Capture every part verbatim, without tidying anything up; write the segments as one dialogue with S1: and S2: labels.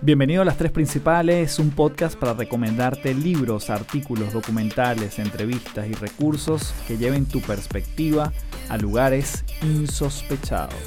S1: Bienvenido a Las Tres Principales, un podcast para recomendarte libros, artículos, documentales, entrevistas y recursos que lleven tu perspectiva a lugares insospechados.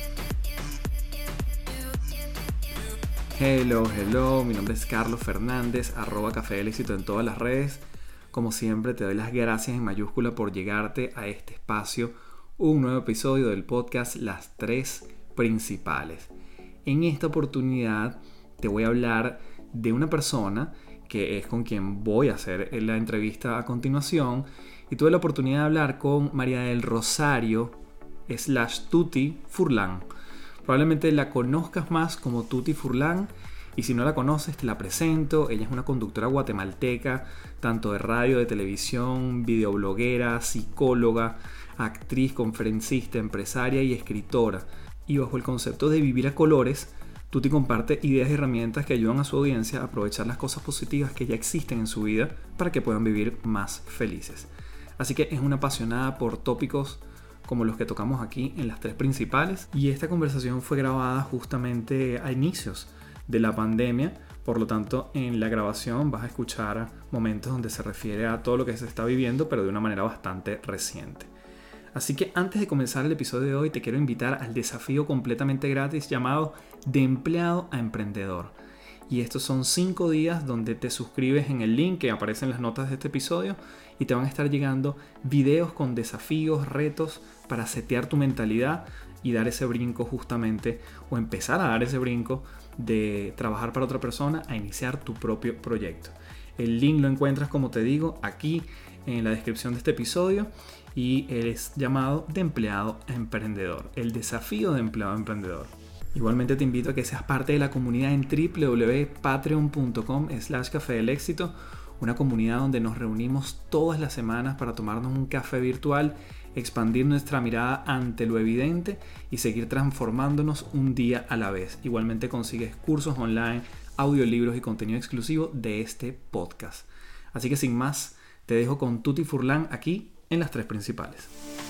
S1: Hello, hello, mi nombre es Carlos Fernández, arroba Café del Éxito en todas las redes. Como siempre te doy las gracias en mayúscula por llegarte a este espacio, un nuevo episodio del podcast Las Tres Principales. En esta oportunidad te voy a hablar de una persona que es con quien voy a hacer la entrevista a continuación, y tuve la oportunidad de hablar con María del Rosario slash Tuti Furlan. Probablemente la conozcas más como Tuti Furlan, y si no la conoces te la presento. Ella es una conductora guatemalteca, tanto de radio, de televisión, videobloguera, psicóloga, actriz, conferencista, empresaria y escritora. Y bajo el concepto de vivir a colores, Tuti comparte ideas y herramientas que ayudan a su audiencia a aprovechar las cosas positivas que ya existen en su vida para que puedan vivir más felices. Así que es una apasionada por tópicos como los que tocamos aquí en Las Tres Principales, y esta conversación fue grabada justamente a inicios de la pandemia. Por lo tanto, en la grabación vas a escuchar momentos donde se refiere a todo lo que se está viviendo, pero de una manera bastante reciente. Así que antes de comenzar el episodio de hoy, te quiero invitar al desafío completamente gratis llamado De Empleado a Emprendedor. Y estos son cinco días donde te suscribes en el link que aparece en las notas de este episodio, y te van a estar llegando videos con desafíos, retos para setear tu mentalidad y dar ese brinco justamente, o empezar a dar ese brinco de trabajar para otra persona a iniciar tu propio proyecto. El link lo encuentras, como te digo, aquí en la descripción de este episodio, y es llamado De Empleado a Emprendedor, el desafío de empleado a emprendedor. Igualmente te invito a que seas parte de la comunidad en w w w punto patreon punto com slash café del éxito, una comunidad donde nos reunimos todas las semanas para tomarnos un café virtual, expandir nuestra mirada ante lo evidente y seguir transformándonos un día a la vez. Igualmente consigues cursos online, audiolibros y contenido exclusivo de este podcast. Así que sin más, te dejo con Tuti Furlan aquí en Las Tres Principales.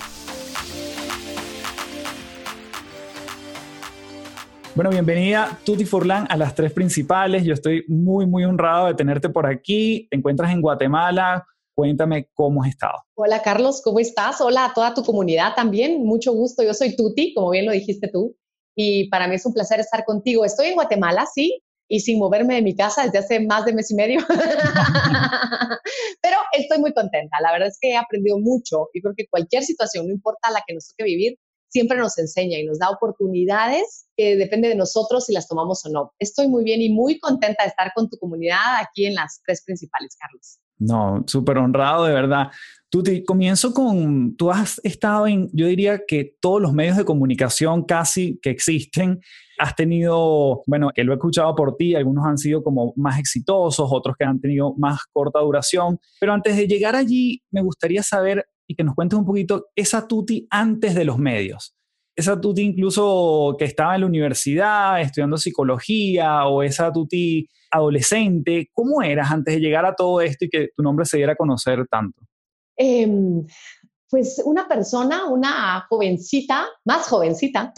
S1: Bueno, bienvenida Tuti Furlan a Las Tres Principales. Yo estoy muy, muy honrado de tenerte por aquí. Te encuentras en Guatemala. Cuéntame cómo has estado.
S2: Hola Carlos, ¿cómo estás? Hola a toda tu comunidad también. Mucho gusto. Yo soy Tuti, como bien lo dijiste tú, y para mí es un placer estar contigo. Estoy en Guatemala, sí, y sin moverme de mi casa desde hace más de mes y medio. Pero estoy muy contenta. La verdad es que he aprendido mucho, y creo que cualquier situación, no importa la que nos toque vivir, siempre nos enseña y nos da oportunidades que depende de nosotros si las tomamos o no. Estoy muy bien y muy contenta de estar con tu comunidad aquí en Las Tres Principales, Carlos.
S1: No, súper honrado, de verdad. Tuti, comienzo con, tú has estado en, yo diría que todos los medios de comunicación casi que existen. Has tenido, bueno, que lo he escuchado por ti, algunos han sido como más exitosos, otros que han tenido más corta duración. Pero antes de llegar allí, me gustaría saber y que nos cuentes un poquito esa Tuti antes de los medios. Esa Tuti incluso que estaba en la universidad estudiando psicología, o esa Tuti adolescente. ¿Cómo eras antes de llegar a todo esto y que tu nombre se diera a conocer tanto?
S2: Eh, pues una persona, una jovencita, más jovencita,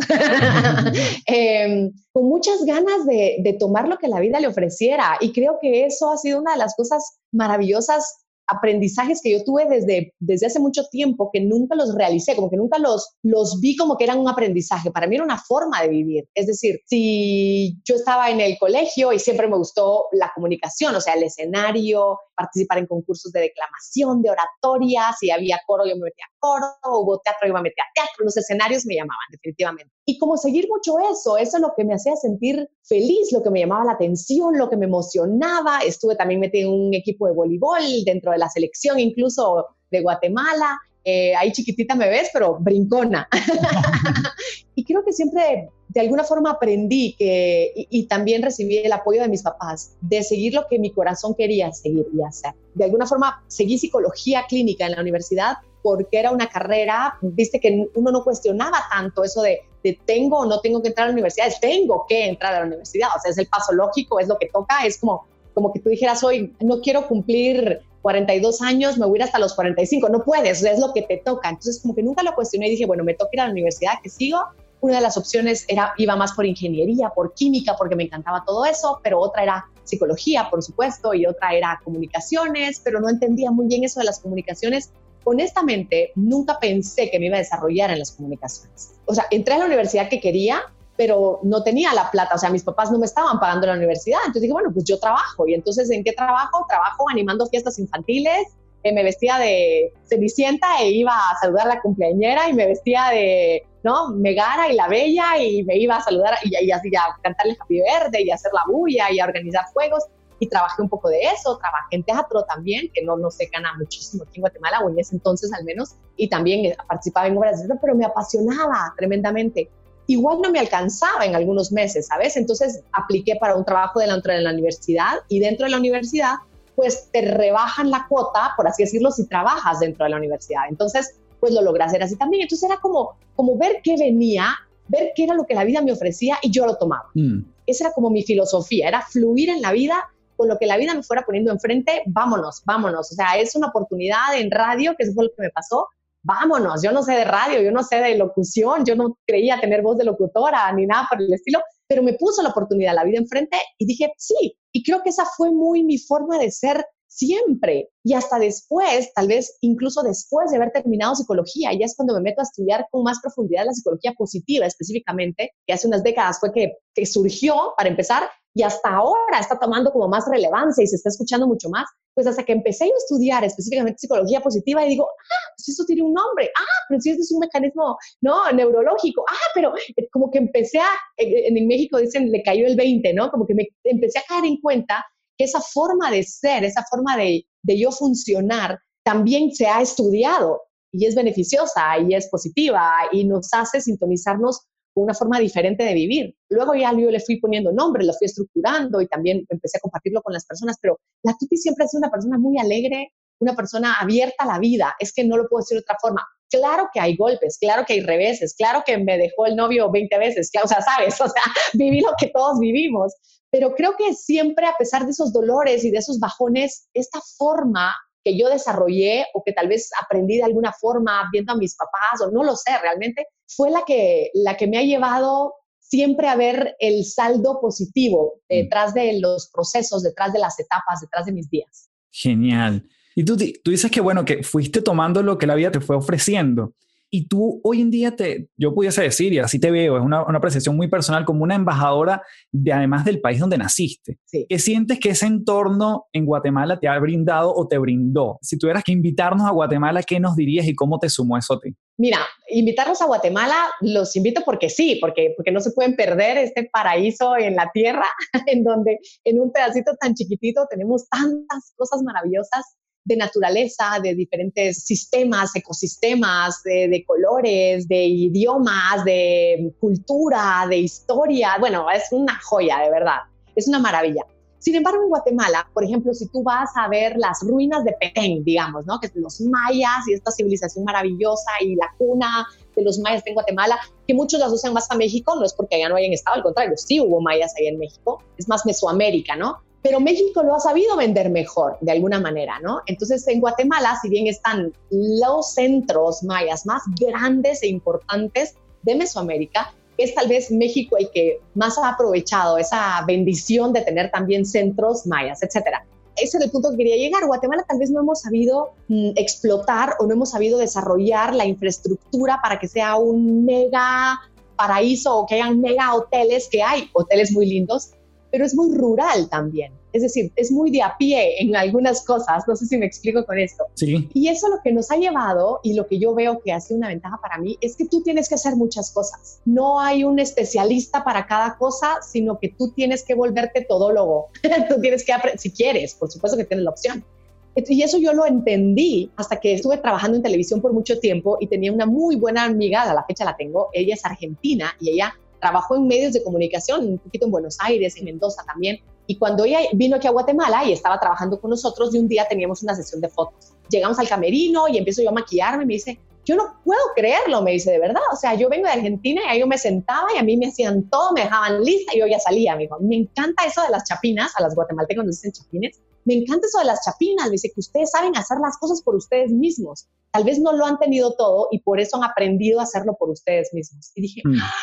S2: eh, con muchas ganas de, de tomar lo que la vida le ofreciera. Y creo que eso ha sido una de las cosas maravillosas, aprendizajes que yo tuve desde, desde hace mucho tiempo, que nunca los realicé, como que nunca los, los vi como que eran un aprendizaje. Para mí era una forma de vivir. Es decir, si yo estaba en el colegio y siempre me gustó la comunicación, o sea, el escenario, participar en concursos de declamación, de oratoria, si había coro yo me metía a coro, hubo teatro yo me metía a teatro, los escenarios me llamaban definitivamente. Y como seguir mucho eso, eso es lo que me hacía sentir feliz, lo que me llamaba la atención, lo que me emocionaba. Estuve también metida en un equipo de voleibol dentro de la selección incluso de Guatemala. Eh, ahí chiquitita me ves, pero brincona. Y creo que siempre de alguna forma aprendí que, y, y también recibí el apoyo de mis papás, de seguir lo que mi corazón quería seguir y hacer. De alguna forma seguí psicología clínica en la universidad porque era una carrera, viste, que uno no cuestionaba tanto eso de, de tengo o no tengo que entrar a la universidad, es tengo que entrar a la universidad, o sea, es el paso lógico, es lo que toca, es como, como que tú dijeras hoy, no quiero cumplir cuarenta y dos años, me voy a ir hasta los cuarenta y cinco, no puedes, es lo que te toca. Entonces como que nunca lo cuestioné y dije, bueno, me toca ir a la universidad, que sigo, Una de las opciones era, iba más por ingeniería, por química, porque me encantaba todo eso, pero otra era psicología, por supuesto, y otra era comunicaciones, pero no entendía muy bien eso de las comunicaciones. Honestamente, nunca pensé que me iba a desarrollar en las comunicaciones. O sea, entré a la universidad que quería, pero no tenía la plata, o sea, mis papás no me estaban pagando la universidad, entonces dije, bueno, pues yo trabajo, y entonces, ¿en qué trabajo? Trabajo animando fiestas infantiles, eh, me vestía de Cenicienta e iba a saludar a la cumpleañera, y me vestía de, ¿no?, Megara y la Bella, y me iba a saludar, y, y así a cantarle Happy Verde, y a hacer la bulla, y a organizar juegos, y trabajé un poco de eso, trabajé en teatro también, que no, no se gana muchísimo aquí en Guatemala, o en ese entonces al menos, y también participaba en obras de teatro, pero me apasionaba tremendamente. Igual no me alcanzaba en algunos meses, ¿sabes? Entonces apliqué para un trabajo dentro de la universidad, y dentro de la universidad pues te rebajan la cuota, por así decirlo, si trabajas dentro de la universidad. Entonces pues lo logré hacer así también. Entonces era como, como ver qué venía, ver qué era lo que la vida me ofrecía y yo lo tomaba. Mm. Esa era como mi filosofía, era fluir en la vida con lo que la vida me fuera poniendo enfrente. Vámonos, vámonos. O sea, es una oportunidad en radio, que eso fue lo que me pasó. Vámonos, yo no sé de radio, yo no sé de locución, yo no creía tener voz de locutora ni nada por el estilo, pero me puso la oportunidad, la vida enfrente, y dije, sí, y creo que esa fue muy mi forma de ser siempre, y hasta después, tal vez incluso después de haber terminado psicología, ya es cuando me meto a estudiar con más profundidad la psicología positiva específicamente, que hace unas décadas fue que, que surgió para empezar, y hasta ahora está tomando como más relevancia y se está escuchando mucho más, pues hasta que empecé a estudiar específicamente psicología positiva y digo, ah, pues eso tiene un nombre, ah, pero si este es un mecanismo, no, neurológico, ah, pero como que empecé a, en, en México dicen, le cayó el veinte, ¿no? Como que me empecé a caer en cuenta que esa forma de ser, esa forma de, de yo funcionar, también se ha estudiado y es beneficiosa y es positiva y nos hace sintonizarnos con una forma diferente de vivir. Luego ya yo le fui poniendo nombre, lo fui estructurando y también empecé a compartirlo con las personas, pero la Tuti siempre ha sido una persona muy alegre, una persona abierta a la vida, es que no lo puedo decir de otra forma. Claro que hay golpes, claro que hay reveses, claro que me dejó el novio veinte veces, claro, o sea, sabes, o sea, viví lo que todos vivimos, pero creo que siempre, a pesar de esos dolores y de esos bajones, esta forma que yo desarrollé o que tal vez aprendí de alguna forma viendo a mis papás o no lo sé realmente, fue la que, la que me ha llevado siempre a ver el saldo positivo detrás de los procesos, detrás de las etapas, detrás de mis días.
S3: Genial. Y tú, tú dices que, bueno, que fuiste tomando lo que la vida te fue ofreciendo. Y tú hoy en día, te, yo pudiese decir, y así te veo, es una, una apreciación muy personal, como una embajadora de, además del país donde naciste.
S2: Sí.
S3: ¿Qué sientes que ese entorno en Guatemala te ha brindado o te brindó? Si tuvieras que invitarnos a Guatemala, ¿qué nos dirías y cómo te sumó eso a ti?
S2: Mira, invitarlos a Guatemala los invito porque sí, porque, porque no se pueden perder este paraíso en la tierra, en donde en un pedacito tan chiquitito tenemos tantas cosas maravillosas de naturaleza, de diferentes sistemas, ecosistemas, de, de colores, de idiomas, de cultura, de historia. Bueno, es una joya, de verdad. Es una maravilla. Sin embargo, en Guatemala, por ejemplo, si tú vas a ver las ruinas de Petén, digamos, ¿no? Que los mayas y esta civilización maravillosa y la cuna de los mayas en Guatemala, que muchos la asocian más a México, no es porque allá no hayan estado, al contrario, sí hubo mayas ahí en México, es más Mesoamérica, ¿no? Pero México lo ha sabido vender mejor, de alguna manera, ¿no? Entonces, en Guatemala, si bien están los centros mayas más grandes e importantes de Mesoamérica, es tal vez México el que más ha aprovechado esa bendición de tener también centros mayas, etcétera. Ese es el punto que quería llegar. Guatemala tal vez no hemos sabido mm, explotar o no hemos sabido desarrollar la infraestructura para que sea un mega paraíso o que hayan mega hoteles, que hay hoteles muy lindos, pero es muy rural también. Es decir, es muy de a pie en algunas cosas. No sé si me explico con esto.
S3: Sí.
S2: Y eso lo que nos ha llevado y lo que yo veo que ha sido una ventaja para mí es que tú tienes que hacer muchas cosas. No hay un especialista para cada cosa, sino que tú tienes que volverte todólogo. Tú tienes que aprender, si quieres, por supuesto que tienes la opción. Y eso yo lo entendí hasta que estuve trabajando en televisión por mucho tiempo y tenía una muy buena amiga, a la fecha la tengo, ella es argentina y ella trabajó en medios de comunicación, un poquito en Buenos Aires, en Mendoza también. Y cuando ella vino aquí a Guatemala y estaba trabajando con nosotros, de un día teníamos una sesión de fotos. Llegamos al camerino y empiezo yo a maquillarme y me dice, yo no puedo creerlo, me dice, de verdad. O sea, yo vengo de Argentina y ahí yo me sentaba y a mí me hacían todo, me dejaban lista y yo ya salía. Me dijo, me encanta eso de las chapinas, a las guatemaltecas nos dicen chapines. Me encanta eso de las chapinas, me dice que ustedes saben hacer las cosas por ustedes mismos. Tal vez no lo han tenido todo y por eso han aprendido a hacerlo por ustedes mismos. Y dije, mm. ¡ah!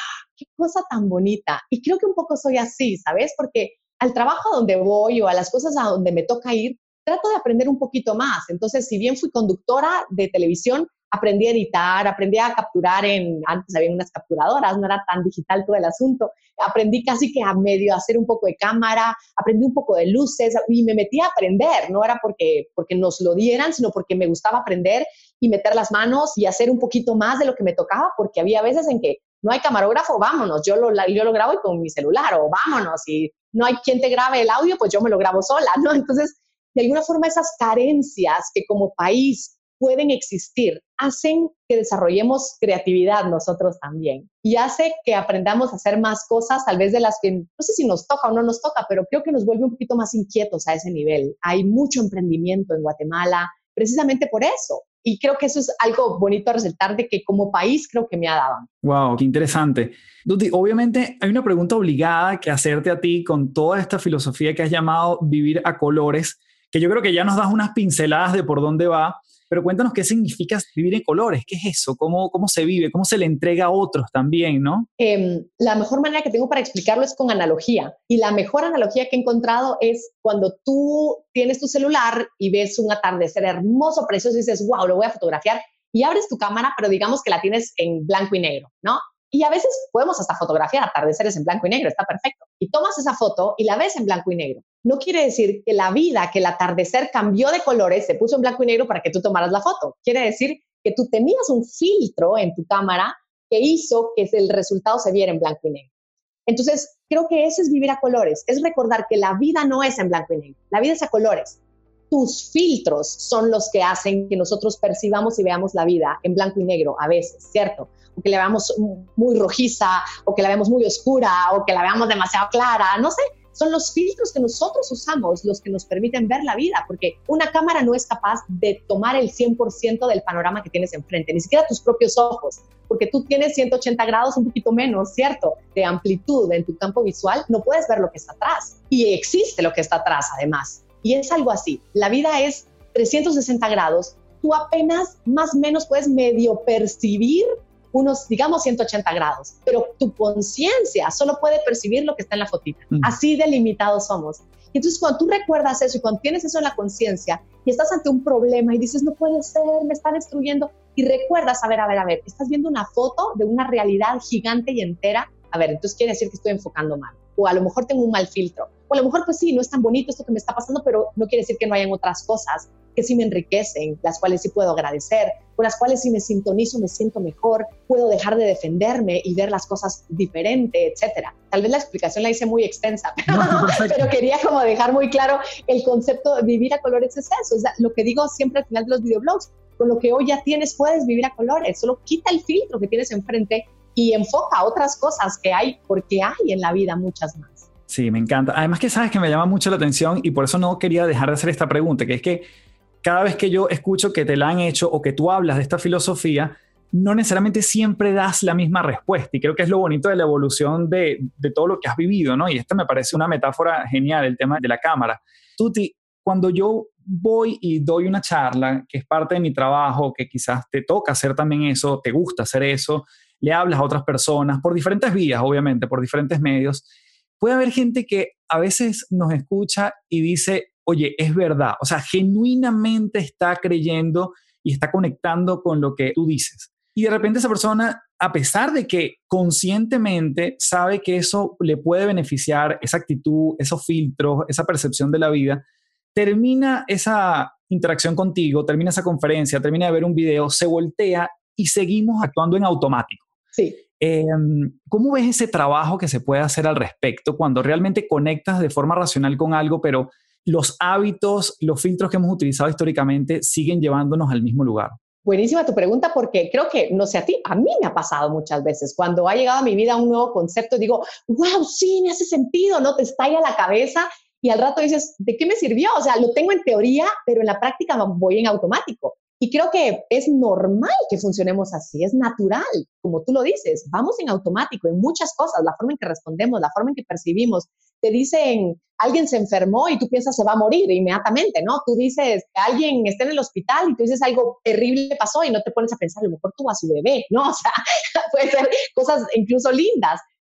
S2: qué cosa tan bonita. Y creo que un poco soy así, ¿sabes? Porque al trabajo a donde voy o a las cosas a donde me toca ir, trato de aprender un poquito más. Entonces, si bien fui conductora de televisión, aprendí a editar, aprendí a capturar en, antes había unas capturadoras, no era tan digital todo el asunto, aprendí casi que a medio hacer un poco de cámara, aprendí un poco de luces y me metí a aprender, no era porque, porque nos lo dieran, sino porque me gustaba aprender y meter las manos y hacer un poquito más de lo que me tocaba, porque había veces en que no hay camarógrafo, vámonos, yo lo, yo lo grabo con mi celular, o vámonos, y no hay quien te grabe el audio, pues yo me lo grabo sola, ¿no? Entonces, de alguna forma esas carencias que como país pueden existir, hacen que desarrollemos creatividad nosotros también y hace que aprendamos a hacer más cosas, tal vez de las que no sé si nos toca o no nos toca, pero creo que nos vuelve un poquito más inquietos a ese nivel. Hay mucho emprendimiento en Guatemala precisamente por eso. Y creo que eso es algo bonito a resaltar de que como país creo que me ha dado.
S3: Wow, qué interesante. Duty, obviamente hay una pregunta obligada que hacerte a ti con toda esta filosofía que has llamado vivir a colores, que yo creo que ya nos das unas pinceladas de por dónde va, pero cuéntanos qué significa vivir en colores, qué es eso, cómo, cómo se vive, cómo se le entrega a otros también, ¿no?
S2: Eh, la mejor manera que tengo para explicarlo es con analogía, y la mejor analogía que he encontrado es cuando tú tienes tu celular y ves un atardecer hermoso, precioso y dices, wow, lo voy a fotografiar, y abres tu cámara, pero digamos que la tienes en blanco y negro, ¿no? Y a veces podemos hasta fotografiar atardeceres en blanco y negro, está perfecto. Y tomas esa foto y la ves en blanco y negro. No quiere decir que la vida, que el atardecer cambió de colores, se puso en blanco y negro para que tú tomaras la foto. Quiere decir que tú tenías un filtro en tu cámara que hizo que el resultado se viera en blanco y negro. Entonces, creo que eso es vivir a colores, es recordar que la vida no es en blanco y negro, la vida es a colores. Tus filtros son los que hacen que nosotros percibamos y veamos la vida en blanco y negro a veces, ¿cierto? O que la veamos muy rojiza, o que la veamos muy oscura, o que la veamos demasiado clara, no sé. Son los filtros que nosotros usamos los que nos permiten ver la vida, porque una cámara no es capaz de tomar el cien por ciento del panorama que tienes enfrente, ni siquiera tus propios ojos, porque tú tienes ciento ochenta grados, un poquito menos, ¿cierto?, de amplitud en tu campo visual, no puedes ver lo que está atrás. Y existe lo que está atrás, además. Y es algo así. La vida es trescientos sesenta grados. Tú apenas más o menos puedes medio percibir unos, digamos, ciento ochenta grados, pero tu conciencia solo puede percibir lo que está en la fotita. Mm. Así de limitados somos. Y entonces cuando tú recuerdas eso y cuando tienes eso en la conciencia y estás ante un problema y dices, no puede ser, me está destruyendo, y recuerdas, a ver, a ver, a ver, estás viendo una foto de una realidad gigante y entera, a ver, entonces quiere decir que estoy enfocando mal, o a lo mejor tengo un mal filtro, o a lo mejor pues sí, no es tan bonito esto que me está pasando, pero no quiere decir que no hayan otras cosas que sí me enriquecen, las cuales sí puedo agradecer, con las cuales si me sintonizo me siento mejor, puedo dejar de defenderme y ver las cosas diferente, etcétera. Tal vez la explicación la hice muy extensa, pero, no, pero quería como dejar muy claro el concepto de vivir a colores es eso, es lo que digo siempre al final de los videoblogs, con lo que hoy ya tienes puedes vivir a colores, solo quita el filtro que tienes enfrente y enfoca a otras cosas que hay, porque hay en la vida muchas más.
S3: Sí, me encanta. Además que sabes que me llama mucho la atención y por eso no quería dejar de hacer esta pregunta, que es que cada vez que yo escucho que te la han hecho o que tú hablas de esta filosofía, no necesariamente siempre das la misma respuesta. Y creo que es lo bonito de la evolución de, de todo lo que has vivido, ¿no? Y esta me parece una metáfora genial, el tema de la cámara. Tuti, cuando yo voy y doy una charla, que es parte de mi trabajo, que quizás te toca hacer también eso, te gusta hacer eso, le hablas a otras personas, por diferentes vías, obviamente, por diferentes medios, puede haber gente que a veces nos escucha y dice, oye, es verdad, o sea, genuinamente está creyendo y está conectando con lo que tú dices. Y de repente esa persona, a pesar de que conscientemente sabe que eso le puede beneficiar, esa actitud, esos filtros, esa percepción de la vida, termina esa interacción contigo, termina esa conferencia, termina de ver un video, se voltea y seguimos actuando en automático.
S2: Sí.
S3: Eh, ¿Cómo ves ese trabajo que se puede hacer al respecto cuando realmente conectas de forma racional con algo, pero los hábitos, los filtros que hemos utilizado históricamente siguen llevándonos al mismo lugar?
S2: Buenísima tu pregunta, porque creo que, no sé a ti, a mí me ha pasado muchas veces. Cuando ha llegado a mi vida un nuevo concepto, digo, wow, sí, me hace sentido, ¿no? Te estalla la cabeza y al rato dices, ¿de qué me sirvió? O sea, lo tengo en teoría, pero en la práctica voy en automático. Y creo que es normal que funcionemos así, es natural, como tú lo dices, vamos en automático en muchas cosas, la forma en que respondemos, la forma en que percibimos. Te dicen, alguien se enfermó y tú piensas se va a morir inmediatamente, ¿no? Tú dices, alguien está en el hospital y tú dices algo terrible pasó y no te pones a pensar, a lo mejor tuvo a su bebé, ¿no? O sea, puede ser cosas incluso lindas.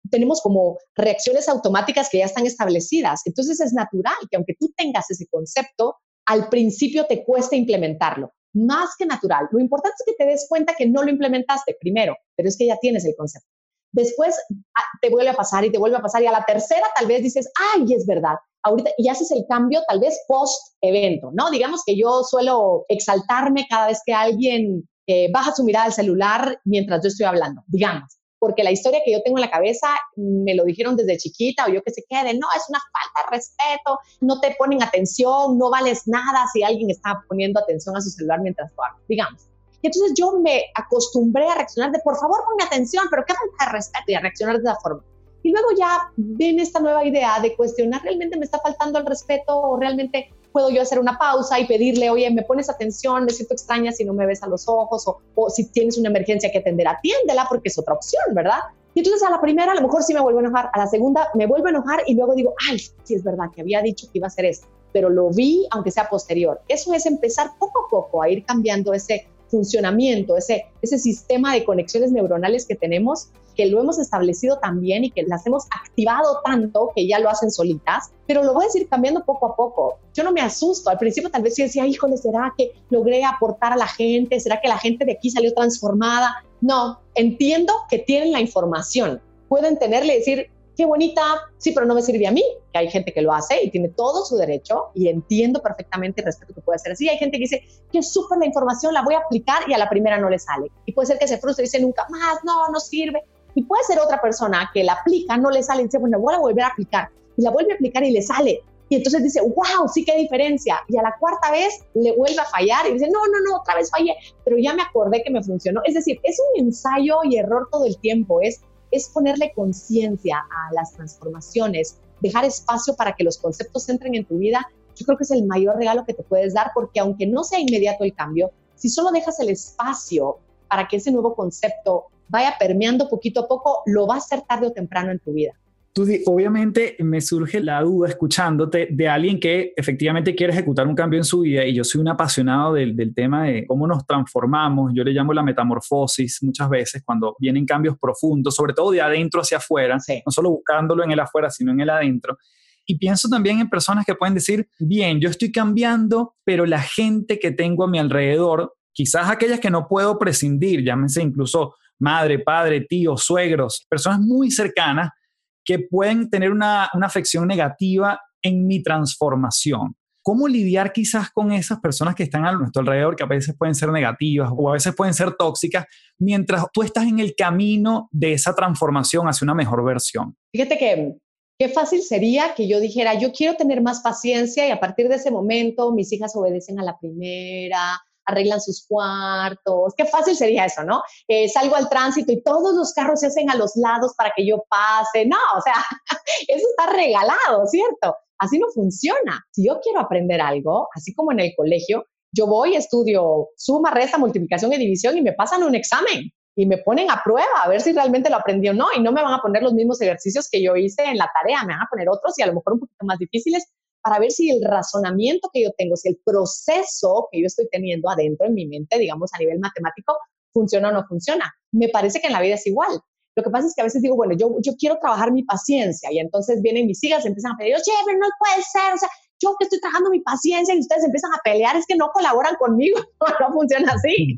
S2: tenemos como reacciones automáticas que ya están establecidas. Entonces es natural que aunque tú tengas ese concepto, al principio te cueste implementarlo. Más que natural. Lo importante es que te des cuenta que no lo implementaste primero, pero es que ya tienes el concepto. Después te vuelve a pasar y te vuelve a pasar y a la tercera tal vez dices, ay, es verdad, ahorita, y haces el cambio tal vez post-evento, ¿no? Digamos que yo suelo exaltarme cada vez que alguien eh, baja su mirada al celular mientras yo estoy hablando, digamos, porque la historia que yo tengo en la cabeza me lo dijeron desde chiquita o yo que sé qué, de no, es una falta de respeto, no te ponen atención, no vales nada si alguien está poniendo atención a su celular mientras tú hablas, digamos. Y entonces yo me acostumbré a reaccionar de, por favor, ponme atención, pero qué falta de respeto, y a reaccionar de esa forma. Y luego ya viene esta nueva idea de cuestionar, ¿realmente me está faltando el respeto o realmente puedo yo hacer una pausa y pedirle, oye, me pones atención, me siento extraña si no me ves a los ojos, o, o si tienes una emergencia que atender, atiéndela, porque es otra opción, ¿verdad? Y entonces a la primera a lo mejor sí me vuelvo a enojar, a la segunda me vuelvo a enojar y luego digo, ay, sí es verdad que había dicho que iba a hacer esto, pero lo vi aunque sea posterior. Eso es empezar poco a poco a ir cambiando ese funcionamiento, ese, ese sistema de conexiones neuronales que tenemos, que lo hemos establecido también y que las hemos activado tanto que ya lo hacen solitas, pero lo voy a ir cambiando poco a poco. Yo no me asusto. Al principio tal vez sí decía, híjole, ¿será que logré aportar a la gente? ¿Será que la gente de aquí salió transformada? No, entiendo que tienen la información. Pueden tenerle y decir, qué bonita, sí, pero no me sirve a mí, que hay gente que lo hace y tiene todo su derecho y entiendo perfectamente y respeto que puede ser así. Hay gente que dice, qué súper la información, la voy a aplicar y a la primera no le sale. Y puede ser que se frustre y dice, nunca más, no, no sirve. Y puede ser otra persona que la aplica, no le sale y dice, bueno, voy a volver a aplicar. Y la vuelve a aplicar y le sale. Y entonces dice, wow, sí, qué diferencia. Y a la cuarta vez le vuelve a fallar y dice, no, no, no, otra vez fallé, pero ya me acordé que me funcionó. Es decir, es un ensayo y error todo el tiempo. Es es ponerle conciencia a las transformaciones, dejar espacio para que los conceptos entren en tu vida. Yo creo que es el mayor regalo que te puedes dar, porque aunque no sea inmediato el cambio, si solo dejas el espacio para que ese nuevo concepto vaya permeando poquito a poco, lo va a hacer tarde o temprano en tu vida.
S3: Tú, obviamente me surge la duda escuchándote de alguien que efectivamente quiere ejecutar un cambio en su vida, y yo soy un apasionado del, del tema de cómo nos transformamos. Yo le llamo la metamorfosis muchas veces cuando vienen cambios profundos, sobre todo de adentro hacia afuera, sí. No solo buscándolo en el afuera, sino en el adentro. Y pienso también en personas que pueden decir, bien, yo estoy cambiando, pero la gente que tengo a mi alrededor, quizás aquellas que no puedo prescindir, llámense incluso madre, padre, tío, suegros, personas muy cercanas, que pueden tener una, una afección negativa en mi transformación. ¿Cómo lidiar quizás con esas personas que están a nuestro alrededor, que a veces pueden ser negativas o a veces pueden ser tóxicas, mientras tú estás en el camino de esa transformación hacia una mejor versión?
S2: Fíjate que qué fácil sería que yo dijera, yo quiero tener más paciencia y a partir de ese momento mis hijas obedecen a la primera, arreglan sus cuartos. Qué fácil sería eso, ¿no? Eh, salgo al tránsito y todos los carros se hacen a los lados para que yo pase. No, o sea, eso está regalado, ¿cierto? Así no funciona. Si yo quiero aprender algo, así como en el colegio, yo voy, estudio suma, resta, multiplicación y división y me pasan un examen y me ponen a prueba a ver si realmente lo aprendí o no, y no me van a poner los mismos ejercicios que yo hice en la tarea, me van a poner otros y a lo mejor un poquito más difíciles, para ver si el razonamiento que yo tengo, si el proceso que yo estoy teniendo adentro en mi mente, digamos a nivel matemático, funciona o no funciona. Me parece que en la vida es igual. Lo que pasa es que a veces digo, bueno, yo, yo quiero trabajar mi paciencia, y entonces vienen mis hijas y empiezan a pedir, oye, pero no puede ser, o sea, yo que estoy trabajando mi paciencia y ustedes empiezan a pelear, es que no colaboran conmigo. No, no funciona así.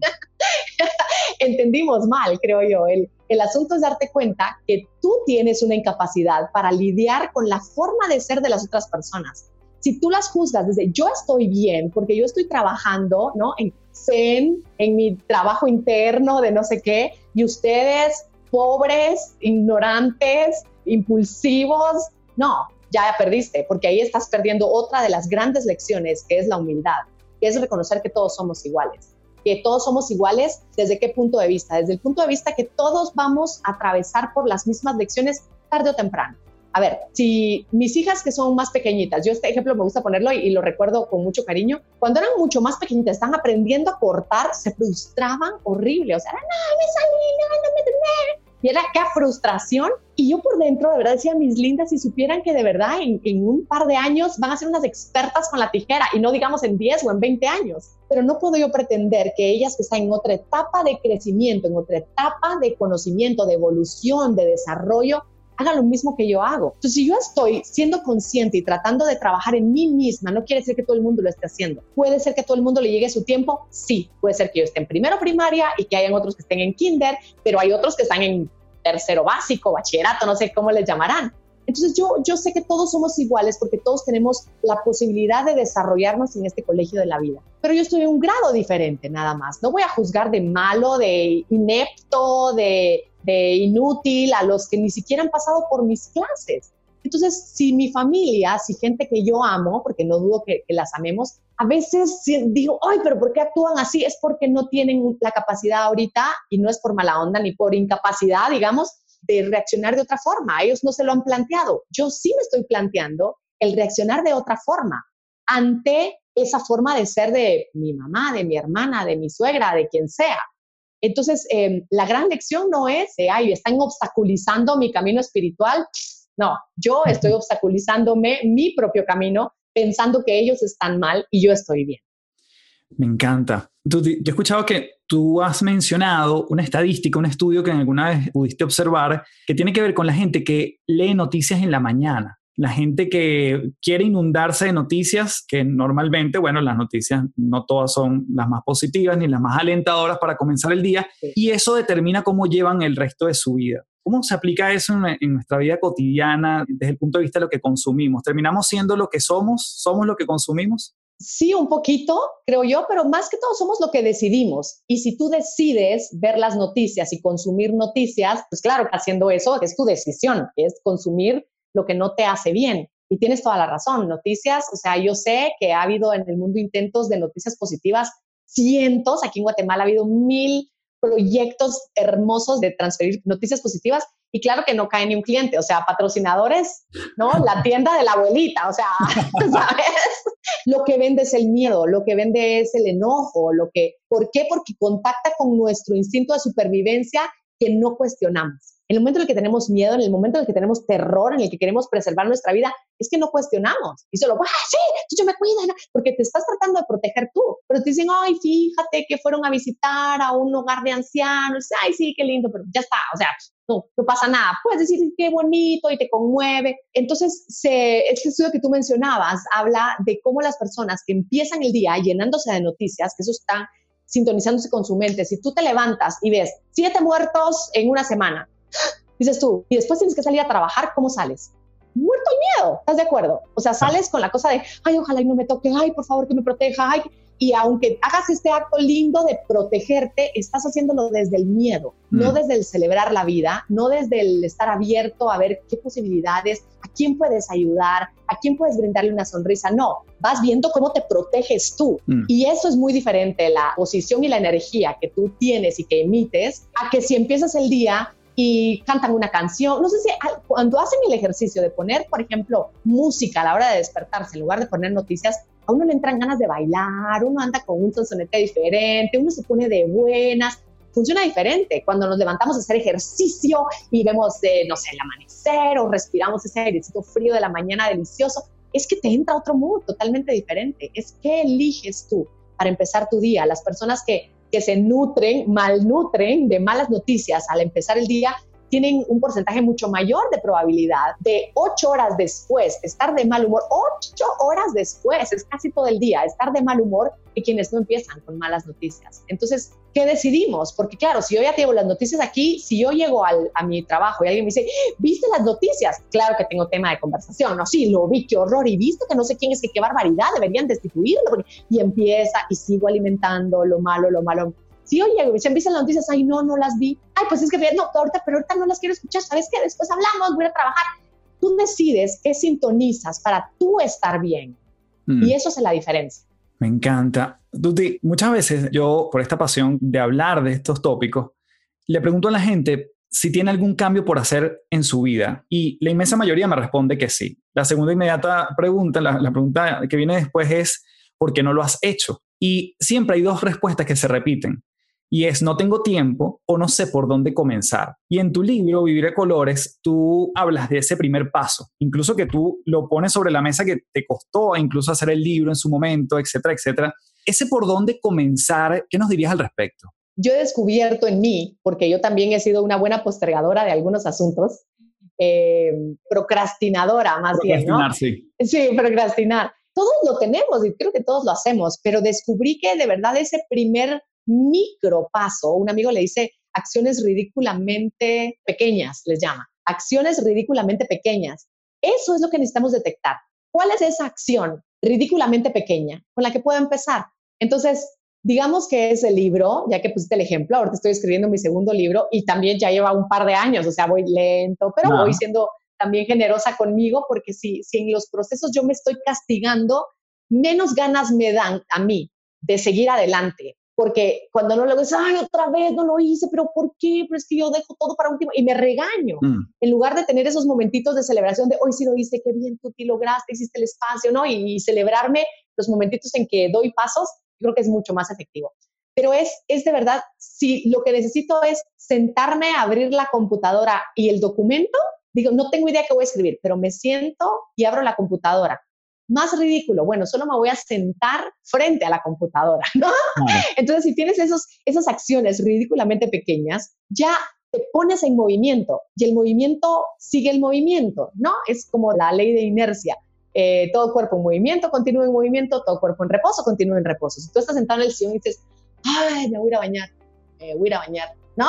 S2: Entendimos mal, creo yo. El, el asunto es darte cuenta que tú tienes una incapacidad para lidiar con la forma de ser de las otras personas. Si tú las juzgas desde yo estoy bien porque yo estoy trabajando, ¿no?, en zen, en mi trabajo interno de no sé qué, y ustedes pobres, ignorantes, impulsivos, no, ya perdiste, porque ahí estás perdiendo otra de las grandes lecciones, que es la humildad, que es reconocer que todos somos iguales. Que todos somos iguales, ¿desde qué punto de vista? Desde el punto de vista que todos vamos a atravesar por las mismas lecciones tarde o temprano. A ver, si mis hijas que son más pequeñitas, yo este ejemplo me gusta ponerlo y, y lo recuerdo con mucho cariño, cuando eran mucho más pequeñitas, estaban aprendiendo a cortar, se frustraban horrible, o sea, no, me salí, no, no me tenés. Y era qué frustración, y yo por dentro de verdad decía, mis lindas, si supieran que de verdad en, en un par de años van a ser unas expertas con la tijera, y no digamos en diez o en veinte años, pero no puedo yo pretender que ellas que están en otra etapa de crecimiento, en otra etapa de conocimiento, de evolución, de desarrollo, hagan lo mismo que yo hago. Entonces, si yo estoy siendo consciente y tratando de trabajar en mí misma, no quiere decir que todo el mundo lo esté haciendo. ¿Puede ser que a todo el mundo le llegue su tiempo? Sí. Puede ser que yo esté en primero primaria y que hayan otros que estén en kinder, pero hay otros que están en tercero básico, bachillerato, no sé cómo les llamarán. Entonces yo, yo sé que todos somos iguales porque todos tenemos la posibilidad de desarrollarnos en este colegio de la vida. Pero yo estoy en un grado diferente nada más. No voy a juzgar de malo, de inepto, de, de inútil a los que ni siquiera han pasado por mis clases. Entonces, si mi familia, si gente que yo amo, porque no dudo que, que las amemos, a veces digo, ay, pero ¿por qué actúan así? Es porque no tienen la capacidad ahorita, y no es por mala onda ni por incapacidad, digamos, de reaccionar de otra forma. Ellos no se lo han planteado. Yo sí me estoy planteando el reaccionar de otra forma ante esa forma de ser de mi mamá, de mi hermana, de mi suegra, de quien sea. Entonces, eh, la gran lección no es, eh, ay, están obstaculizando mi camino espiritual. No, yo estoy obstaculizándome mi propio camino pensando que ellos están mal y yo estoy bien.
S3: Me encanta. Tú, yo he escuchado que tú has mencionado una estadística, un estudio que alguna vez pudiste observar que tiene que ver con la gente que lee noticias en la mañana. La gente que quiere inundarse de noticias, que normalmente, bueno, las noticias no todas son las más positivas ni las más alentadoras para comenzar el día, sí. Y eso determina cómo llevan el resto de su vida. ¿Cómo se aplica eso en, en nuestra vida cotidiana desde el punto de vista de lo que consumimos? ¿Terminamos siendo lo que somos? ¿Somos lo que consumimos?
S2: Sí, un poquito, creo yo, pero más que todo somos lo que decidimos. Y si tú decides ver las noticias y consumir noticias, pues claro que haciendo eso es tu decisión, es consumir lo que no te hace bien. Y tienes toda la razón, noticias, o sea, yo sé que ha habido en el mundo intentos de noticias positivas, cientos, aquí en Guatemala ha habido mil proyectos hermosos de transferir noticias positivas y claro que no cae ni un cliente, o sea, patrocinadores, ¿no? La tienda de la abuelita, o sea, ¿sabes? Lo que vende es el miedo, lo que vende es el enojo, lo que, ¿por qué? Porque contacta con nuestro instinto de supervivencia que no cuestionamos. En el momento en el que tenemos miedo, en el momento en el que tenemos terror, en el que queremos preservar nuestra vida, es que no cuestionamos. Y solo, ¡ah, sí! Yo me cuido, ¿no? Porque te estás tratando de proteger tú. Pero te dicen, ay, fíjate que fueron a visitar a un hogar de ancianos. Ay, sí, qué lindo, pero ya está. O sea, no, no pasa nada. Puedes decir, qué bonito y te conmueve. Entonces, se, este estudio que tú mencionabas habla de cómo las personas que empiezan el día llenándose de noticias, que eso está sintonizándose con su mente. Si tú te levantas y ves siete muertos en una semana, dices tú, y después tienes que salir a trabajar, ¿cómo sales? Muerto el miedo, ¿estás de acuerdo? O sea, sales con la cosa de, ay, ojalá y no me toque, ay, por favor que me proteja, ay. Y aunque hagas este acto lindo de protegerte, estás haciéndolo desde el miedo, mm. no desde el celebrar la vida, no desde el estar abierto a ver qué posibilidades, a quién puedes ayudar, a quién puedes brindarle una sonrisa. No, vas viendo cómo te proteges tú. Mm. Y eso es muy diferente, la posición y la energía que tú tienes y que emites, a que si empiezas el día y cantan una canción, no sé si cuando hacen el ejercicio de poner, por ejemplo, música a la hora de despertarse, en lugar de poner noticias, a uno le entran ganas de bailar, uno anda con un sonsonete diferente, uno se pone de buenas, funciona diferente. Cuando nos levantamos a hacer ejercicio y vemos, eh, no sé, el amanecer o respiramos ese airecito frío de la mañana delicioso, es que te entra otro mood totalmente diferente. Es que eliges tú para empezar tu día. Las personas que que se nutren, malnutren de malas noticias al empezar el día, tienen un porcentaje mucho mayor de probabilidad de ocho horas después estar de mal humor, ocho horas después, es casi todo el día, estar de mal humor que quienes no empiezan con malas noticias. Entonces, ¿qué decidimos? Porque claro, si yo ya tengo las noticias aquí, si yo llego al, a mi trabajo y alguien me dice, ¿viste las noticias? Claro que tengo tema de conversación, no, sí, lo vi, qué horror, y viste que no sé quién es que qué barbaridad, deberían destituirlo, porque... y empieza y sigo alimentando lo malo, lo malo. Si yo llego y se empiezan las noticias, ay, no, no las vi, ay, pues es que no, ahorita, pero ahorita no las quiero escuchar, ¿sabes qué? Después hablamos, voy a trabajar. Tú decides qué sintonizas para tú estar bien, mm. y eso es la diferencia.
S3: Me encanta. Tuti, muchas veces yo, por esta pasión de hablar de estos tópicos, le pregunto a la gente si tiene algún cambio por hacer en su vida. Y la inmensa mayoría me responde que sí. La segunda inmediata pregunta, la, la pregunta que viene después es, ¿por qué no lo has hecho? Y siempre hay dos respuestas que se repiten. Y es, no tengo tiempo o no sé por dónde comenzar. Y en tu libro, Vivir a Colores, tú hablas de ese primer paso. Incluso que tú lo pones sobre la mesa que te costó incluso hacer el libro en su momento, etcétera, etcétera. Ese por dónde comenzar, ¿qué nos dirías al respecto?
S2: Yo he descubierto en mí, porque yo también he sido una buena postergadora de algunos asuntos, eh, procrastinadora más bien, ¿no?
S3: Procrastinar, sí.
S2: Sí, procrastinar. Todos lo tenemos y creo que todos lo hacemos, pero descubrí que de verdad ese primer micro paso, un amigo le dice acciones ridículamente pequeñas, les llama, acciones ridículamente pequeñas. Eso es lo que necesitamos detectar. ¿Cuál es esa acción ridículamente pequeña con la que puedo empezar? Entonces, digamos que ese libro, ya que pusiste el ejemplo, ahorita estoy escribiendo mi segundo libro y también ya lleva un par de años, o sea, voy lento, pero
S3: No.
S2: voy siendo también generosa conmigo, porque si, si en los procesos yo me estoy castigando, menos ganas me dan a mí de seguir adelante. Porque cuando no lo dices, ay, otra vez no lo hice, pero ¿por qué? Pero es que yo dejo todo para último y me regaño. Mm. En lugar de tener esos momentitos de celebración de hoy sí lo hice, qué bien, tú te lograste, hiciste el espacio, ¿no? Y, y celebrarme los momentitos en que doy pasos, yo creo que es mucho más efectivo. Pero es, es de verdad, si lo que necesito es sentarme a abrir la computadora y el documento, digo, no tengo idea qué voy a escribir, pero me siento y abro la computadora. Más ridículo, bueno, solo me voy a sentar frente a la computadora, ¿no? Vale. Entonces, si tienes esos, esas acciones ridículamente pequeñas, ya te pones en movimiento y el movimiento sigue el movimiento, ¿no? Es como la ley de inercia. Eh, todo cuerpo en movimiento continúa en movimiento, todo cuerpo en reposo continúa en reposo. Si tú estás sentado en el sillón y dices, ay, me voy a ir a bañar, me voy a ir a bañar, ¿no?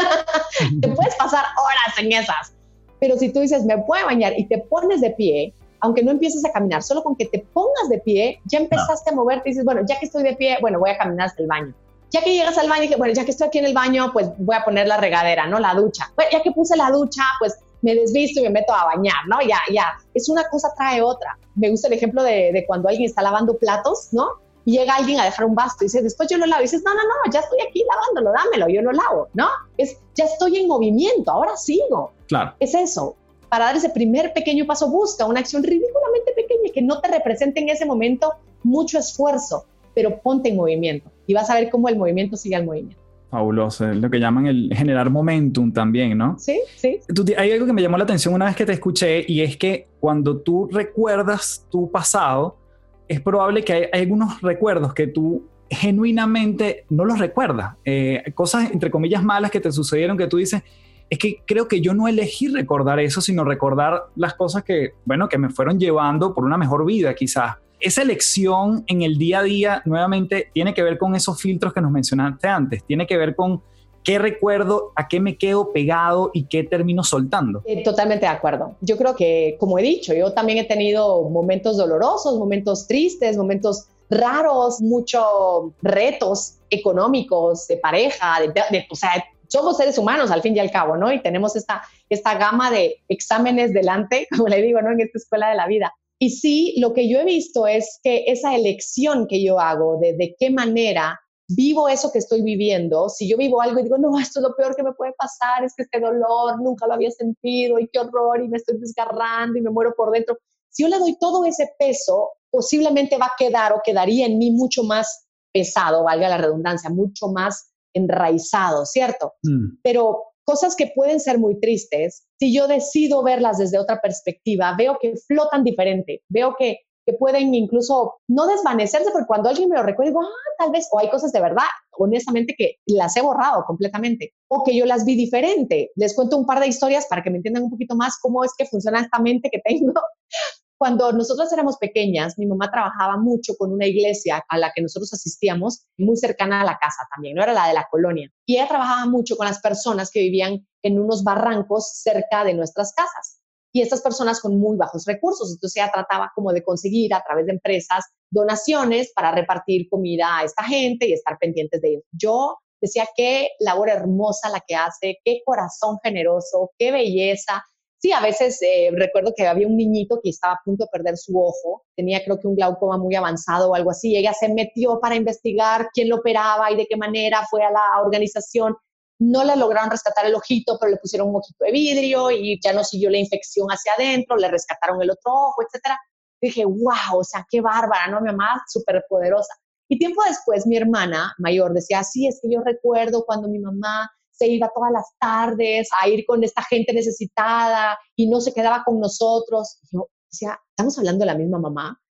S2: Te puedes pasar horas en esas. Pero si tú dices, me puedo bañar y te pones de pie, aunque no empieces a caminar, solo con que te pongas de pie, ya empezaste no. a moverte y dices, bueno, ya que estoy de pie, bueno, voy a caminar hasta el baño. Ya que llegas al baño, dije, bueno, ya que estoy aquí en el baño, pues voy a poner la regadera, ¿no? La ducha. Bueno, ya que puse la ducha, pues me desvisto y me meto a bañar, ¿no? Ya, ya. Es una cosa trae otra. Me gusta el ejemplo de, de cuando alguien está lavando platos, ¿no? Y llega alguien a dejar un vaso y dice, después yo lo lavo. Y dices, no, no, no, ya estoy aquí lavándolo, dámelo, yo lo lavo, ¿no? Es, ya estoy en movimiento, ahora sigo.
S3: Claro.
S2: Es eso. Para dar ese primer pequeño paso, busca una acción ridículamente pequeña que no te represente en ese momento mucho esfuerzo, pero ponte en movimiento y vas a ver cómo el movimiento sigue al movimiento.
S3: Fabuloso, es lo que llaman el generar momentum también, ¿no?
S2: Sí, sí.
S3: Tú, hay algo que me llamó la atención una vez que te escuché y es que cuando tú recuerdas tu pasado, es probable que hay, hay algunos recuerdos que tú genuinamente no los recuerdas. Eh, cosas, entre comillas, malas que te sucedieron que tú dices, es que creo que yo no elegí recordar eso, sino recordar las cosas que, bueno, que me fueron llevando por una mejor vida, quizás. Esa elección en el día a día, nuevamente, tiene que ver con esos filtros que nos mencionaste antes. Tiene que ver con qué recuerdo, a qué me quedo pegado y qué termino soltando.
S2: Eh, totalmente de acuerdo. Yo creo que, como he dicho, yo también he tenido momentos dolorosos, momentos tristes, momentos raros, muchos retos económicos, de pareja, de, de, o sea, somos seres humanos al fin y al cabo, ¿no? Y tenemos esta, esta gama de exámenes delante, como le digo, ¿no? En esta escuela de la vida. Y sí, lo que yo he visto es que esa elección que yo hago de, de qué manera vivo eso que estoy viviendo, si yo vivo algo y digo, no, esto es lo peor que me puede pasar, es que este dolor nunca lo había sentido y qué horror y me estoy desgarrando y me muero por dentro. Si yo le doy todo ese peso, posiblemente va a quedar o quedaría en mí mucho más pesado, valga la redundancia, mucho más enraizado, ¿cierto? Mm. Pero cosas que pueden ser muy tristes, si yo decido verlas desde otra perspectiva, veo que flotan diferente, veo que, que pueden incluso no desvanecerse, porque cuando alguien me lo recuerda, digo, ah, tal vez, o hay cosas de verdad, honestamente, que las he borrado completamente, o que yo las vi diferente. Les cuento un par de historias para que me entiendan un poquito más cómo es que funciona esta mente que tengo. Cuando nosotros éramos pequeñas, mi mamá trabajaba mucho con una iglesia a la que nosotros asistíamos, muy cercana a la casa también, no era la de la colonia. Y ella trabajaba mucho con las personas que vivían en unos barrancos cerca de nuestras casas. Y estas personas con muy bajos recursos. Entonces ella trataba como de conseguir a través de empresas donaciones para repartir comida a esta gente y estar pendientes de ellos. Yo decía, qué labor hermosa la que hace, qué corazón generoso, qué belleza. Sí, a veces eh, recuerdo que había un niñito que estaba a punto de perder su ojo, tenía creo que un glaucoma muy avanzado o algo así, y ella se metió para investigar quién lo operaba y de qué manera, fue a la organización, no le lograron rescatar el ojito, pero le pusieron un ojito de vidrio y ya no siguió la infección hacia adentro, le rescataron el otro ojo, etcétera. Y dije, wow, o sea, qué bárbara, ¿no? Mi mamá súper poderosa. Y tiempo después mi hermana mayor decía, sí, es que yo recuerdo cuando mi mamá se iba todas las tardes a ir con esta gente necesitada y no se quedaba con nosotros. Y yo decía, ¿estamos hablando de la misma mamá?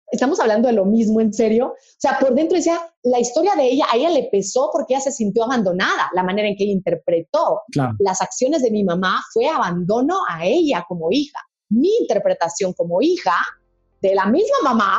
S2: Estamos hablando de lo mismo, ¿en serio? O sea, por dentro decía, la historia de ella, a ella le pesó porque ella se sintió abandonada. La manera en que ella interpretó
S3: Claro.
S2: las acciones de mi mamá fue abandono a ella como hija. Mi interpretación como hija de la misma mamá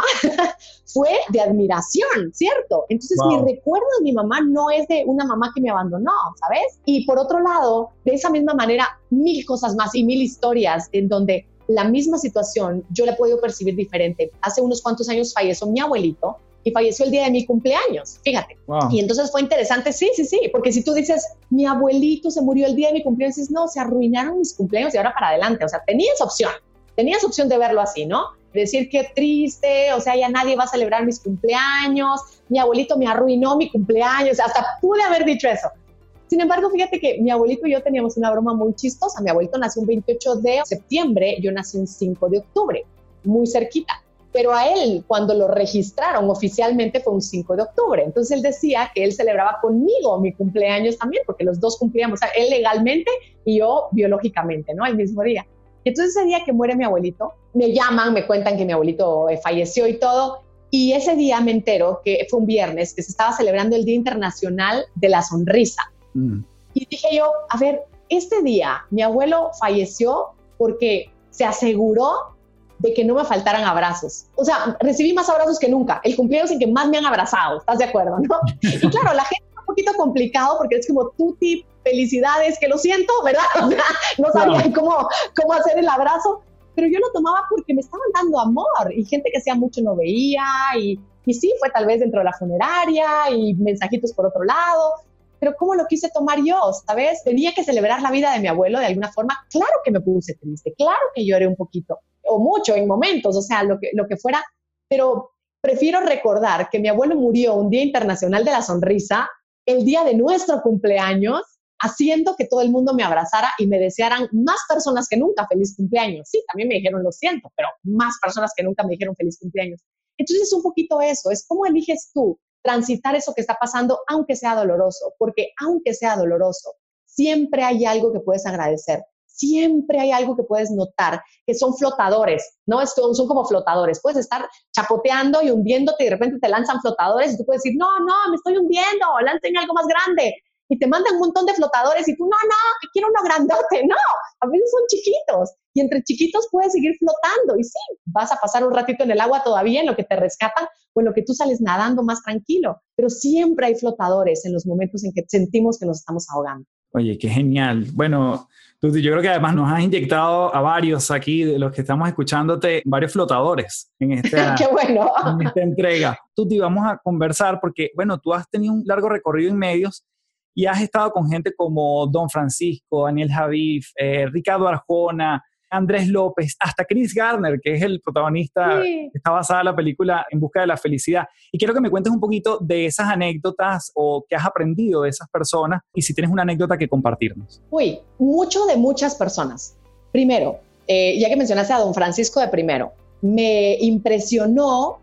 S2: fue de admiración, ¿cierto? Entonces,
S3: Wow.
S2: mi recuerdo de mi mamá no es de una mamá que me abandonó, ¿sabes? Y por otro lado, de esa misma manera, mil cosas más y mil historias en donde la misma situación yo la he podido percibir diferente. Hace unos cuantos años falleció mi abuelito y falleció el día de mi cumpleaños, fíjate.
S3: Wow.
S2: Y entonces fue interesante, sí, sí, sí, porque si tú dices, mi abuelito se murió el día de mi cumpleaños, dices, no, se arruinaron mis cumpleaños y ahora para adelante. O sea, tenías opción, tenías opción de verlo así, ¿no? Decir qué triste, o sea, ya nadie va a celebrar mis cumpleaños, mi abuelito me arruinó mi cumpleaños, hasta pude haber dicho eso. Sin embargo, fíjate que mi abuelito y yo teníamos una broma muy chistosa. Mi abuelito nació un veintiocho de septiembre, yo nací un cinco de octubre, muy cerquita. Pero a él, cuando lo registraron oficialmente, fue un cinco de octubre. Entonces él decía que él celebraba conmigo mi cumpleaños también, porque los dos cumplíamos, o sea, él legalmente y yo biológicamente, ¿no? El mismo día. Entonces ese día que muere mi abuelito, me llaman, me cuentan que mi abuelito eh, falleció y todo. Y ese día me entero que fue un viernes, que se estaba celebrando el Día Internacional de la Sonrisa. Mm. Y dije yo, a ver, este día mi abuelo falleció porque se aseguró de que no me faltaran abrazos. O sea, recibí más abrazos que nunca. El cumpleaños en que más me han abrazado, ¿estás de acuerdo, no? Y claro, la gente es un poquito complicado porque es como, Tuti, felicidades, que lo siento, ¿verdad? O sea, no sabían cómo, cómo hacer el abrazo, pero yo lo tomaba porque me estaban dando amor y gente que hacía mucho no veía y, y sí, fue tal vez dentro de la funeraria y mensajitos por otro lado. Pero ¿cómo lo quise tomar yo? ¿Sabes? Tenía que celebrar la vida de mi abuelo de alguna forma. Claro que me puse triste, claro que lloré un poquito, o mucho en momentos, o sea, lo que, lo que fuera, pero prefiero recordar que mi abuelo murió un Día Internacional de la Sonrisa, el día de nuestro cumpleaños, haciendo que todo el mundo me abrazara y me desearan más personas que nunca feliz cumpleaños. Sí, también me dijeron lo siento, pero más personas que nunca me dijeron feliz cumpleaños. Entonces es un poquito eso, es cómo eliges tú transitar eso que está pasando, aunque sea doloroso, porque aunque sea doloroso, siempre hay algo que puedes agradecer, siempre hay algo que puedes notar, que son flotadores, ¿no? Son, son como flotadores, puedes estar chapoteando y hundiéndote y de repente te lanzan flotadores y tú puedes decir, no, no, me estoy hundiendo, láncenme algo más grande, y te mandan un montón de flotadores y tú, no, no, que quiero uno grandote, no, a veces son chiquitos, y entre chiquitos puedes seguir flotando, y sí, vas a pasar un ratito en el agua todavía, en lo que te rescatan, o en lo que tú sales nadando más tranquilo, pero siempre hay flotadores en los momentos en que sentimos que nos estamos ahogando.
S3: Oye, qué genial. Bueno, Tuti, yo creo que además nos has inyectado a varios aquí, de los que estamos escuchándote, varios flotadores en esta,
S2: ¡Qué bueno!
S3: en esta entrega. Tuti, vamos a conversar porque, bueno, tú has tenido un largo recorrido en medios y has estado con gente como Don Francisco, Daniel Javif, eh, Ricardo Arjona, Andrés López, hasta Chris Gardner, que es el protagonista, sí. Está basada en la película En busca de la felicidad. Y quiero que me cuentes un poquito de esas anécdotas o qué has aprendido de esas personas y si tienes una anécdota que compartirnos.
S2: Uy, mucho de muchas personas. Primero, eh, ya que mencionaste a Don Francisco de primero, me impresionó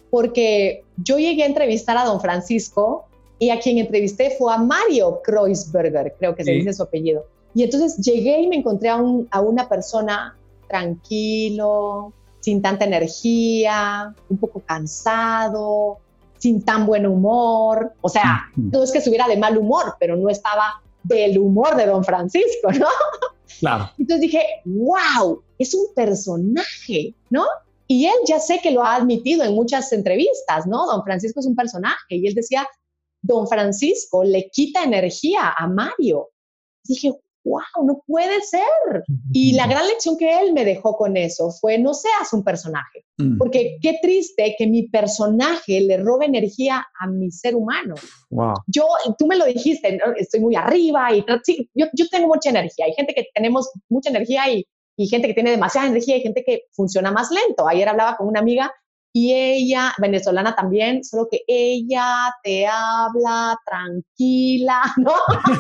S2: porque yo llegué a entrevistar a Don Francisco y a quien entrevisté fue a Mario Kreuzberger, creo que se sí. dice su apellido. Y entonces llegué y me encontré a, un, a una persona tranquilo, sin tanta energía, un poco cansado, sin tan buen humor. O sea, no es que estuviera de mal humor, pero no estaba del humor de Don Francisco, ¿no?
S3: Claro.
S2: Entonces dije, wow, es un personaje, ¿no? Y él ya sé que lo ha admitido en muchas entrevistas, ¿no? Don Francisco es un personaje. Y él decía, Don Francisco le quita energía a Mario. Dije, wow, no puede ser. Y la gran lección que él me dejó con eso fue, no seas un personaje. Mm. Porque qué triste que mi personaje le robe energía a mi ser humano.
S3: Wow.
S2: Yo, tú me lo dijiste, ¿no? Estoy muy arriba y sí, yo, yo tengo mucha energía. Hay gente que tenemos mucha energía y, y gente que tiene demasiada energía y gente que funciona más lento. Ayer hablaba con una amiga y ella, venezolana también, solo que ella te habla tranquila, ¿no?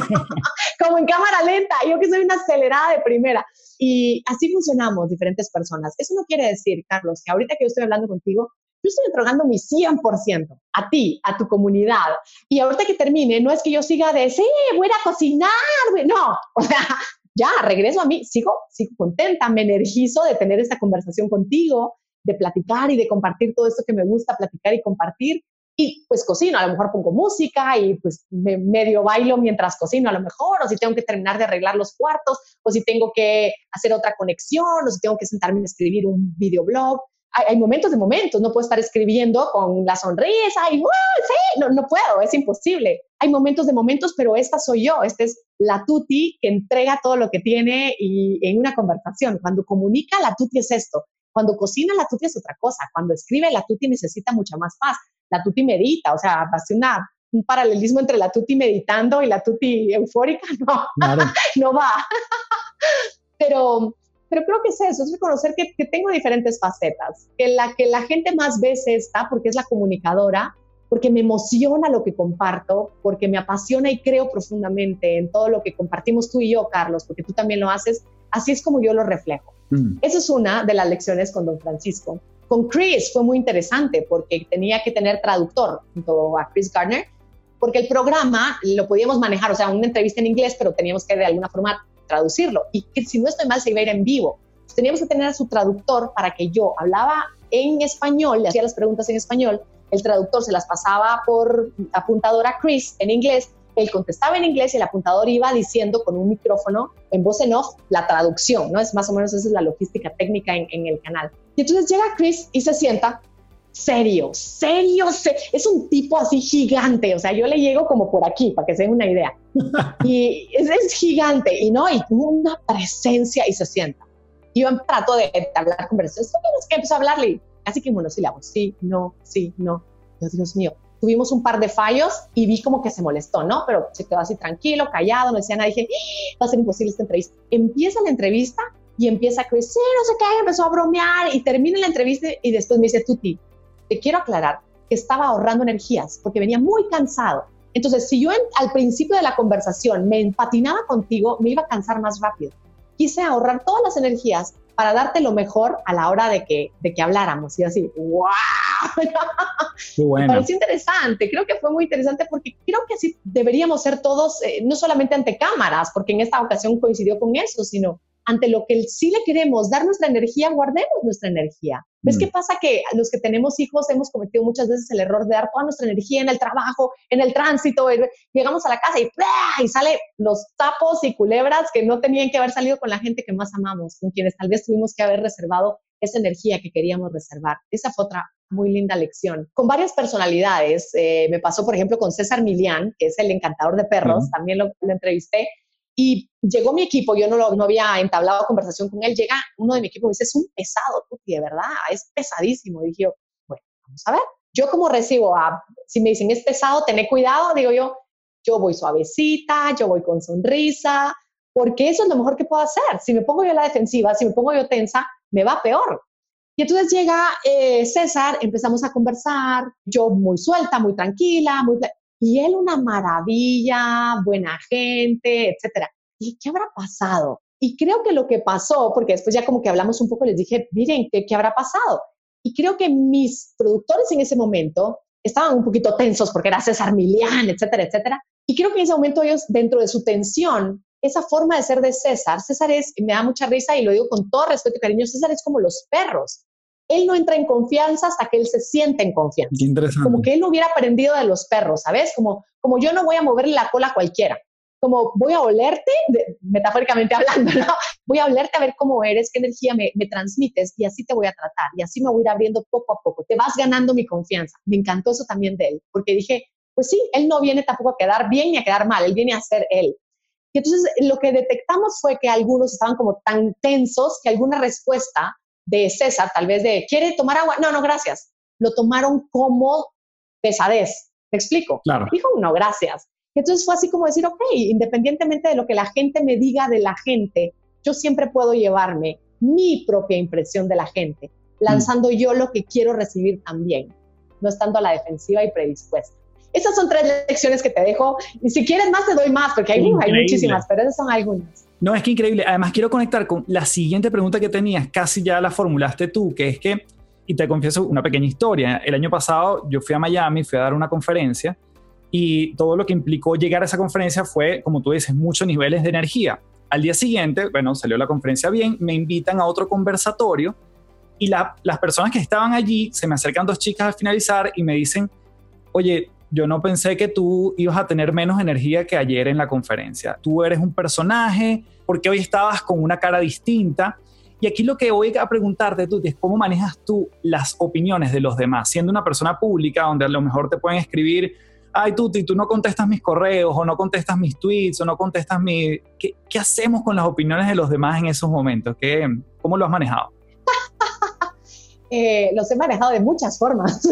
S2: Como en cámara lenta, yo que soy una acelerada de primera. Y así funcionamos diferentes personas. Eso no quiere decir, Carlos, que ahorita que yo estoy hablando contigo, yo estoy entregando mi cien por ciento a ti, a tu comunidad. Y ahorita que termine, no es que yo siga de, sí, voy a ir a cocinar, no, o sea, ya, regreso a mí, sigo, sigo contenta, me energizo de tener esta conversación contigo, de platicar y de compartir todo esto que me gusta platicar y compartir. Y pues cocino, a lo mejor pongo música y pues me medio bailo mientras cocino a lo mejor, o si tengo que terminar de arreglar los cuartos, o si tengo que hacer otra conexión, o si tengo que sentarme a escribir un videoblog. Hay, hay momentos de momentos, no puedo estar escribiendo con la sonrisa y ¡uh, sí! No, no puedo, es imposible. Hay momentos de momentos, pero esta soy yo, esta es la Tuti que entrega todo lo que tiene y en una conversación. Cuando comunica, la Tuti es esto. Cuando cocina, la Tuti es otra cosa. Cuando escribe, la Tuti necesita mucha más paz. La Tuti medita, o sea, hace una, un paralelismo entre la Tuti meditando y la Tuti eufórica, no, claro. No va. Pero, pero creo que es eso, es reconocer que, que tengo diferentes facetas, que la que la gente más ve es esta, porque es la comunicadora, porque me emociona lo que comparto, porque me apasiona y creo profundamente en todo lo que compartimos tú y yo, Carlos, porque tú también lo haces, así es como yo lo reflejo. Mm. Esa es una de las lecciones con don Francisco. Con Chris fue muy interesante porque tenía que tener traductor junto a Chris Gardner, porque el programa lo podíamos manejar, o sea, una entrevista en inglés, pero teníamos que de alguna forma traducirlo. Y que, si no estoy mal, se iba a ir en vivo. Entonces, teníamos que tener a su traductor para que yo hablaba en español, le hacía las preguntas en español, el traductor se las pasaba por apuntador a Chris en inglés, él contestaba en inglés y el apuntador iba diciendo con un micrófono en voz en off la traducción, ¿no? Es más o menos esa es la logística técnica en, en el canal. Y entonces llega Chris y se sienta serio, serio, se, es un tipo así gigante, o sea, yo le llego como por aquí, para que se den una idea. Y es, es gigante, y no, y tiene una presencia y se sienta. Y yo trato de, de hablar conversación, ¿tú tienes que empezar a hablarle? Casi que en monosílabos, sí, no, sí, no. Dios, Dios mío. Tuvimos un par de fallos y vi como que se molestó, ¿no? Pero se quedó así tranquilo, callado, no decía nada. Dije, va a ser imposible esta entrevista. Empieza la entrevista y empieza a crecer, no sé qué, empezó a bromear y termina la entrevista y después me dice, Tuti, te quiero aclarar que estaba ahorrando energías porque venía muy cansado. Entonces, si yo en, al principio de la conversación me empatinaba contigo, me iba a cansar más rápido. Quise ahorrar todas las energías para darte lo mejor a la hora de que, de que habláramos. Y así, ¡wow! Qué bueno. Me pareció interesante, creo que fue muy interesante porque creo que así deberíamos ser todos, eh, no solamente ante cámaras, porque en esta ocasión coincidió con eso, sino ante lo que sí le queremos dar nuestra energía, guardemos nuestra energía. ¿Ves mm. qué pasa? Que los que tenemos hijos hemos cometido muchas veces el error de dar toda nuestra energía en el trabajo, en el tránsito, el, llegamos a la casa y, ¡plá! Y sale los sapos y culebras que no tenían que haber salido con la gente que más amamos, con quienes tal vez tuvimos que haber reservado esa energía que queríamos reservar. Esa fue otra muy linda lección. Con varias personalidades, eh, me pasó por ejemplo con César Milián, que es el encantador de perros, mm. también lo, lo entrevisté. Y llegó mi equipo, yo no, lo, no había entablado conversación con él, llega uno de mi equipo y me dice, es un pesado, Tuti, de verdad, es pesadísimo. Y dije, bueno, vamos a ver. Yo como recibo, a, si me dicen es pesado, tené cuidado, digo yo, yo voy suavecita, yo voy con sonrisa, porque eso es lo mejor que puedo hacer. Si me pongo yo a la defensiva, si me pongo yo tensa, me va peor. Y entonces llega eh, César, empezamos a conversar, yo muy suelta, muy tranquila, muy... Y él una maravilla, buena gente, etcétera. ¿Y qué habrá pasado? Y creo que lo que pasó, porque después ya como que hablamos un poco, les dije, miren, ¿qué, qué habrá pasado? Y creo que mis productores en ese momento estaban un poquito tensos porque era César Milián, etcétera, etcétera. Y creo que en ese momento ellos, dentro de su tensión, esa forma de ser de César, César es, me da mucha risa y lo digo con todo respeto y cariño, César es como los perros. Él no entra en confianza hasta que él se siente en confianza. Qué interesante. Como que él hubiera aprendido de los perros, ¿sabes? Como, como yo no voy a moverle la cola a cualquiera. Como voy a olerte, de, metafóricamente hablando, ¿no? Voy a olerte a ver cómo eres, qué energía me, me transmites y así te voy a tratar. Y así me voy a ir abriendo poco a poco. Te vas ganando mi confianza. Me encantó eso también de él. Porque dije, pues sí, él no viene tampoco a quedar bien ni a quedar mal. Él viene a ser él. Y entonces lo que detectamos fue que algunos estaban como tan tensos que alguna respuesta de César, tal vez de, ¿quiere tomar agua? No, no, gracias. Lo tomaron como pesadez. ¿Me explico? Claro. Dijo, no, gracias. Y entonces fue así como decir, ok, independientemente de lo que la gente me diga de la gente, yo siempre puedo llevarme mi propia impresión de la gente, lanzando mm. yo lo que quiero recibir también, no estando a la defensiva y predispuesta. Esas son tres lecciones que te dejo. Y si quieres más, te doy más, porque hay, hay muchísimas, pero esas son algunas.
S3: No, es que increíble. Además, quiero conectar con la siguiente pregunta que tenías. Casi ya la formulaste tú, que es que, y te confieso una pequeña historia. El año pasado yo fui a Miami, fui a dar una conferencia y todo lo que implicó llegar a esa conferencia fue, como tú dices, muchos niveles de energía. Al día siguiente, bueno, salió la conferencia bien, me invitan a otro conversatorio Y la, las personas que estaban allí, se me acercan dos chicas al finalizar y me dicen, oye, yo no pensé que tú ibas a tener menos energía que ayer en la conferencia. Tú eres un personaje, porque hoy estabas con una cara distinta. Y aquí lo que voy a preguntarte, Tuti, es cómo manejas tú las opiniones de los demás, siendo una persona pública donde a lo mejor te pueden escribir, ay, Tuti, tú no contestas mis correos, o no contestas mis tweets, o no contestas mi... ¿Qué, qué hacemos con las opiniones de los demás en esos momentos? ¿Qué, ¿Cómo lo has manejado?
S2: Eh, los he manejado de muchas formas.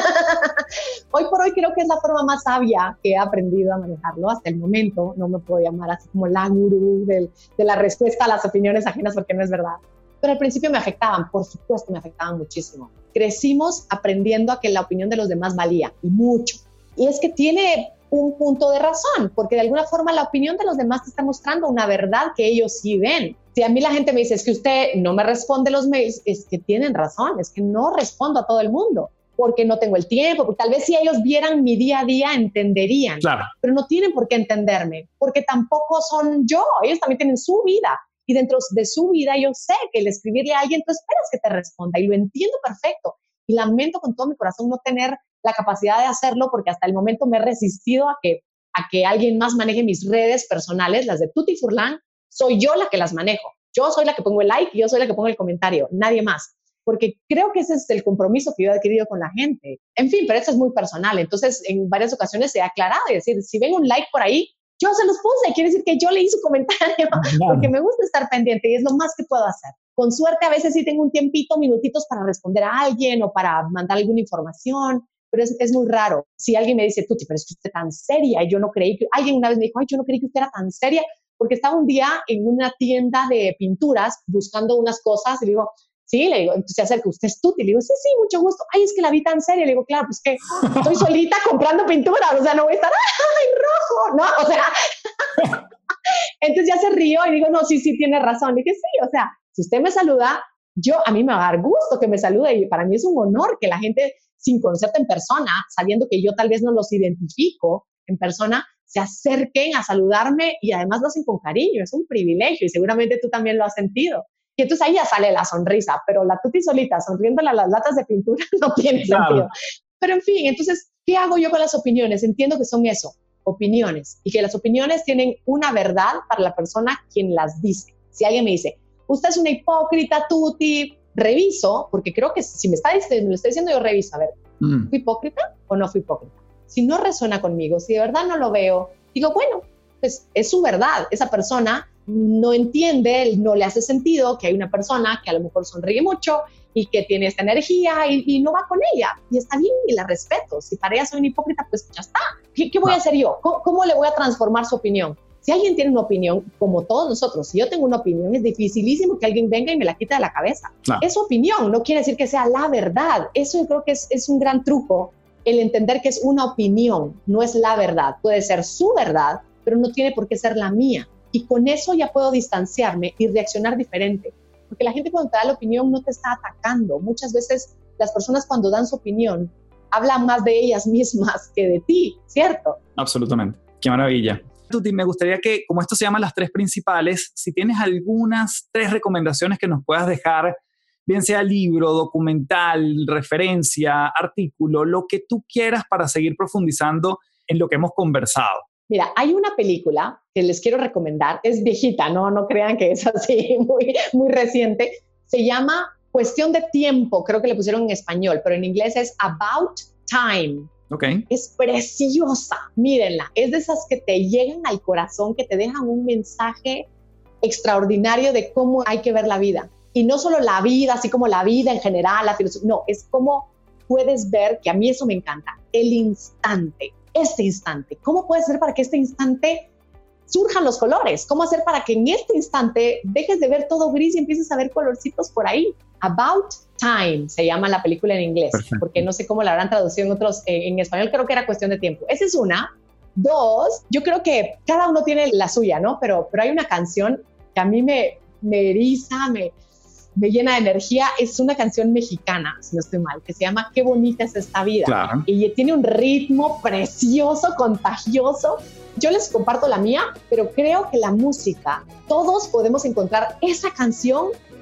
S2: Hoy por hoy creo que es la forma más sabia que he aprendido a manejarlo hasta el momento. No me puedo llamar así como la gurú del, de la respuesta a las opiniones ajenas porque no es verdad. Pero al principio me afectaban, por supuesto me afectaban muchísimo. Crecimos aprendiendo a que la opinión de los demás valía, y mucho. Y es que tiene un punto de razón, porque de alguna forma la opinión de los demás te está mostrando una verdad que ellos sí ven. Si a mí la gente me dice, es que usted no me responde los mails, es que tienen razón, es que no respondo a todo el mundo, porque no tengo el tiempo, porque tal vez si ellos vieran mi día a día entenderían,
S3: claro.
S2: Pero no tienen por qué entenderme, porque tampoco son yo, ellos también tienen su vida, y dentro de su vida yo sé que el escribirle a alguien, tú esperas que te responda, y lo entiendo perfecto, y lamento con todo mi corazón no tener la capacidad de hacerlo, porque hasta el momento me he resistido a que, a que alguien más maneje mis redes personales, las de Tuti Furlan. Soy yo la que las manejo. Yo soy la que pongo el like, yo soy la que pongo el comentario, nadie más. Porque creo que ese es el compromiso que yo he adquirido con la gente. En fin, pero eso es muy personal. Entonces, en varias ocasiones se ha aclarado. Es decir, si ven un like por ahí, yo se los puse. Quiere decir que yo leí su comentario. No. Porque me gusta estar pendiente y es lo más que puedo hacer. Con suerte, a veces sí tengo un tiempito, minutitos para responder a alguien o para mandar alguna información. Pero es, es muy raro. Si alguien me dice, Tuti, pero es que usted es tan seria. Y yo no creí que... Alguien una vez me dijo, ay, yo no creí que usted era tan seria. Porque estaba un día en una tienda de pinturas buscando unas cosas y le digo, sí, le digo, entonces se acerca, ¿usted es Tuti? Le digo, sí, sí, mucho gusto. Ay, es que la vi tan seria. Le digo, claro, pues que estoy solita comprando pinturas, o sea, no voy a estar, ¡ay, rojo! No, o sea, entonces ya se rió y digo, no, sí, sí, tiene razón. Y dije, sí, o sea, si usted me saluda, yo, a mí me va a dar gusto que me salude y para mí es un honor que la gente, sin conocerte en persona, sabiendo que yo tal vez no los identifico en persona, se acerquen a saludarme y además lo hacen con cariño, es un privilegio y seguramente tú también lo has sentido. Y entonces ahí ya sale la sonrisa, pero la Tuti solita sonriéndole a las latas de pintura no tiene claro. sentido. Pero en fin, entonces, ¿qué hago yo con las opiniones? Entiendo que son eso, opiniones, y que las opiniones tienen una verdad para la persona quien las dice. Si alguien me dice, usted es una hipócrita, Tuti, reviso, porque creo que si me, está, me lo está diciendo, yo reviso, a ver, mm. ¿fui hipócrita o no fui hipócrita? Si no resuena conmigo, si de verdad no lo veo, digo, bueno, pues es su verdad. Esa persona no entiende, no le hace sentido que hay una persona que a lo mejor sonríe mucho y que tiene esta energía y, y no va con ella. Y está bien y la respeto. Si para ella soy una hipócrita, pues ya está. ¿Qué, qué voy a hacer yo? ¿Cómo, ¿Cómo le voy a transformar su opinión? Si alguien tiene una opinión, como todos nosotros, si yo tengo una opinión, es dificilísimo que alguien venga y me la quite de la cabeza. Claro. Es su opinión, no quiere decir que sea la verdad. Eso yo creo que es, es un gran truco, el entender que es una opinión, no es la verdad. Puede ser su verdad, pero no tiene por qué ser la mía. Y con eso ya puedo distanciarme y reaccionar diferente. Porque la gente cuando te da la opinión no te está atacando. Muchas veces las personas cuando dan su opinión hablan más de ellas mismas que de ti, ¿cierto?
S3: Absolutamente. Qué maravilla. Tuti, me gustaría que, como esto se llama las tres principales, si tienes algunas tres recomendaciones que nos puedas dejar, bien sea libro, documental, referencia, artículo, lo que tú quieras para seguir profundizando en lo que hemos conversado.
S2: Mira, hay una película que les quiero recomendar, es viejita, no, no crean que es así muy, muy reciente, se llama Cuestión de Tiempo, creo que le pusieron en español, pero en inglés es About Time.
S3: Okay.
S2: Es preciosa, mírenla, es de esas que te llegan al corazón, que te dejan un mensaje extraordinario de cómo hay que ver la vida. Y no solo la vida, así como la vida en general, la filosofía, no, es como puedes ver, que a mí eso me encanta, el instante, este instante. ¿Cómo puede ser para que este instante surjan los colores? ¿Cómo hacer para que en este instante dejes de ver todo gris y empieces a ver colorcitos por ahí? About Time se llama la película en inglés. Perfecto. Porque no sé cómo la habrán traducido en otros, eh, en español creo que era Cuestión de Tiempo. Esa es una. Dos, yo creo que cada uno tiene la suya, ¿no? Pero, pero hay una canción que a mí me, me eriza, me... me llena de energía, es una canción mexicana, si no estoy mal, que se llama Qué bonita es esta vida. Claro. Y tiene un ritmo precioso, contagioso. Yo les comparto la mía, pero creo que la música, todos podemos encontrar esa canción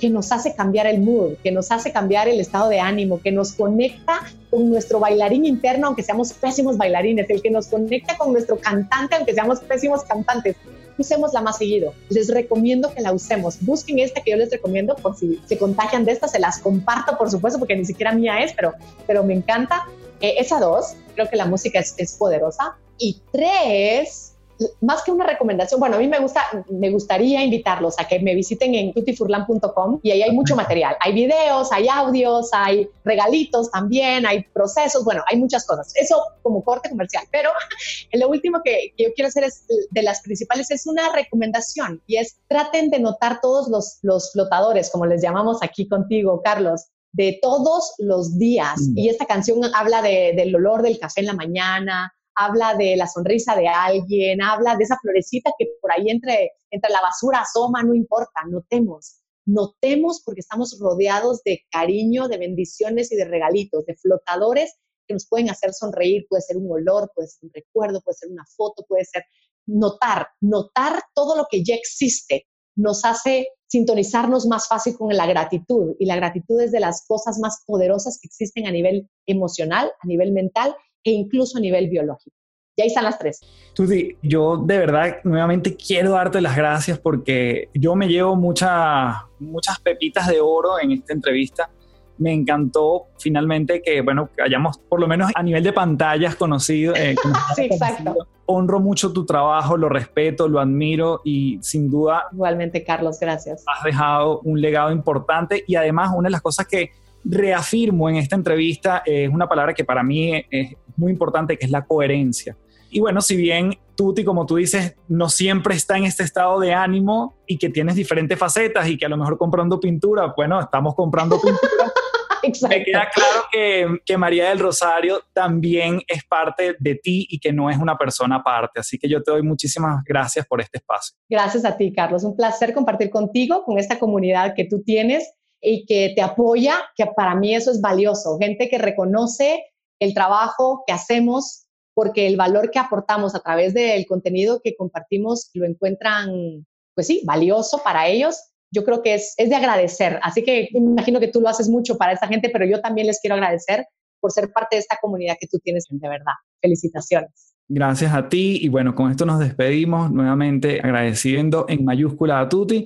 S2: que nos hace cambiar el mood, que nos hace cambiar el estado de ánimo, que nos conecta con nuestro bailarín interno, aunque seamos pésimos bailarines, el que nos conecta con nuestro cantante, aunque seamos pésimos cantantes. Usémosla más seguido. Les recomiendo que la usemos. Busquen esta que yo les recomiendo por si se contagian de esta. Se las comparto, por supuesto, porque ni siquiera mía es, pero, pero me encanta. Eh, esa dos, creo que la música es, es poderosa. Y tres, más que una recomendación, bueno, a mí me gusta, me gustaría invitarlos a que me visiten en tutti furlan punto com y ahí hay mucho material. Hay videos, hay audios, hay regalitos también, hay procesos, bueno, hay muchas cosas. Eso como corte comercial, pero lo último que, que yo quiero hacer es, de las principales, es una recomendación y es traten de notar todos los, los flotadores, como les llamamos aquí contigo, Carlos, de todos los días. Mm. Y esta canción habla de, del olor del café en la mañana, habla de la sonrisa de alguien, habla de esa florecita que por ahí entre, entre la basura asoma, no importa, notemos, notemos porque estamos rodeados de cariño, de bendiciones y de regalitos, de flotadores que nos pueden hacer sonreír, puede ser un olor, puede ser un recuerdo, puede ser una foto, puede ser notar, notar todo lo que ya existe, nos hace sintonizarnos más fácil con la gratitud y la gratitud es de las cosas más poderosas que existen a nivel emocional, a nivel mental e incluso a nivel biológico. Y ahí están las tres.
S3: Tuti, yo de verdad nuevamente quiero darte las gracias porque yo me llevo muchas, muchas pepitas de oro en esta entrevista. Me encantó finalmente que, bueno, que hayamos por lo menos a nivel de pantallas conocido. Eh,
S2: sí, exacto.
S3: Honro mucho tu trabajo, lo respeto, lo admiro y sin duda...
S2: Igualmente, Carlos, gracias.
S3: Has dejado un legado importante y además una de las cosas que reafirmo en esta entrevista es una palabra que para mí es muy importante, que es la coherencia. Y bueno, si bien Tuti, como tú dices, no siempre está en este estado de ánimo y que tienes diferentes facetas y que a lo mejor comprando pintura, bueno, estamos comprando pintura.
S2: Exacto.
S3: Me queda claro que, que María del Rosario también es parte de ti y que no es una persona aparte. Así que yo te doy muchísimas gracias por este espacio.
S2: Gracias a ti, Carlos. Un placer compartir contigo, con esta comunidad que tú tienes y que te apoya, que para mí eso es valioso. Gente que reconoce el trabajo que hacemos porque el valor que aportamos a través del contenido que compartimos lo encuentran, pues sí, valioso para ellos. Yo creo que es, es de agradecer. Así que me imagino que tú lo haces mucho para esta gente, pero yo también les quiero agradecer por ser parte de esta comunidad que tú tienes, de verdad. Felicitaciones.
S3: Gracias a ti y bueno, con esto nos despedimos nuevamente agradeciendo en mayúscula a Tuti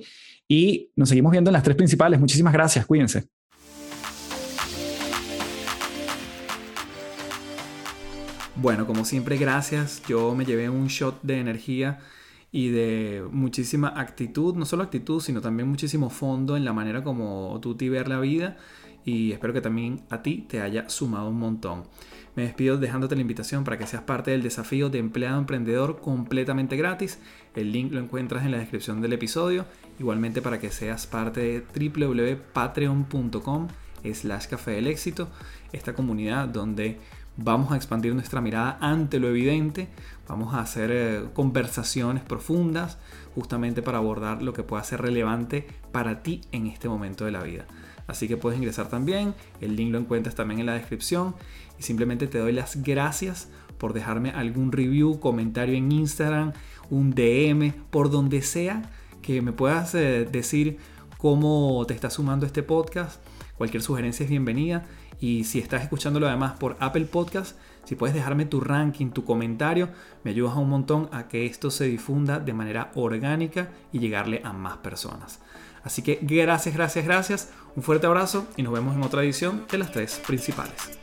S3: y nos seguimos viendo en las tres principales. Muchísimas gracias, cuídense.
S1: Bueno, como siempre, gracias. Yo me llevé un shot de energía y de muchísima actitud, no solo actitud, sino también muchísimo fondo en la manera como Tuti ver la vida y espero que también a ti te haya sumado un montón. Me despido dejándote la invitación para que seas parte del desafío de empleado emprendedor completamente gratis. El link lo encuentras en la descripción del episodio. Igualmente para que seas parte de w w w punto patreon punto com slash café del éxito, esta comunidad donde vamos a expandir nuestra mirada ante lo evidente, vamos a hacer eh, conversaciones profundas justamente para abordar lo que pueda ser relevante para ti en este momento de la vida. Así que puedes ingresar también, el link lo encuentras también en la descripción y simplemente te doy las gracias por dejarme algún review, comentario en Instagram, un D M, por donde sea que me puedas eh, decir cómo te está sumando este podcast. Cualquier sugerencia es bienvenida. Y si estás escuchándolo además por Apple Podcast, si puedes dejarme tu ranking, tu comentario, me ayudas un montón a que esto se difunda de manera orgánica y llegarle a más personas. Así que gracias, gracias, gracias. Un fuerte abrazo y nos vemos en otra edición de las tres principales.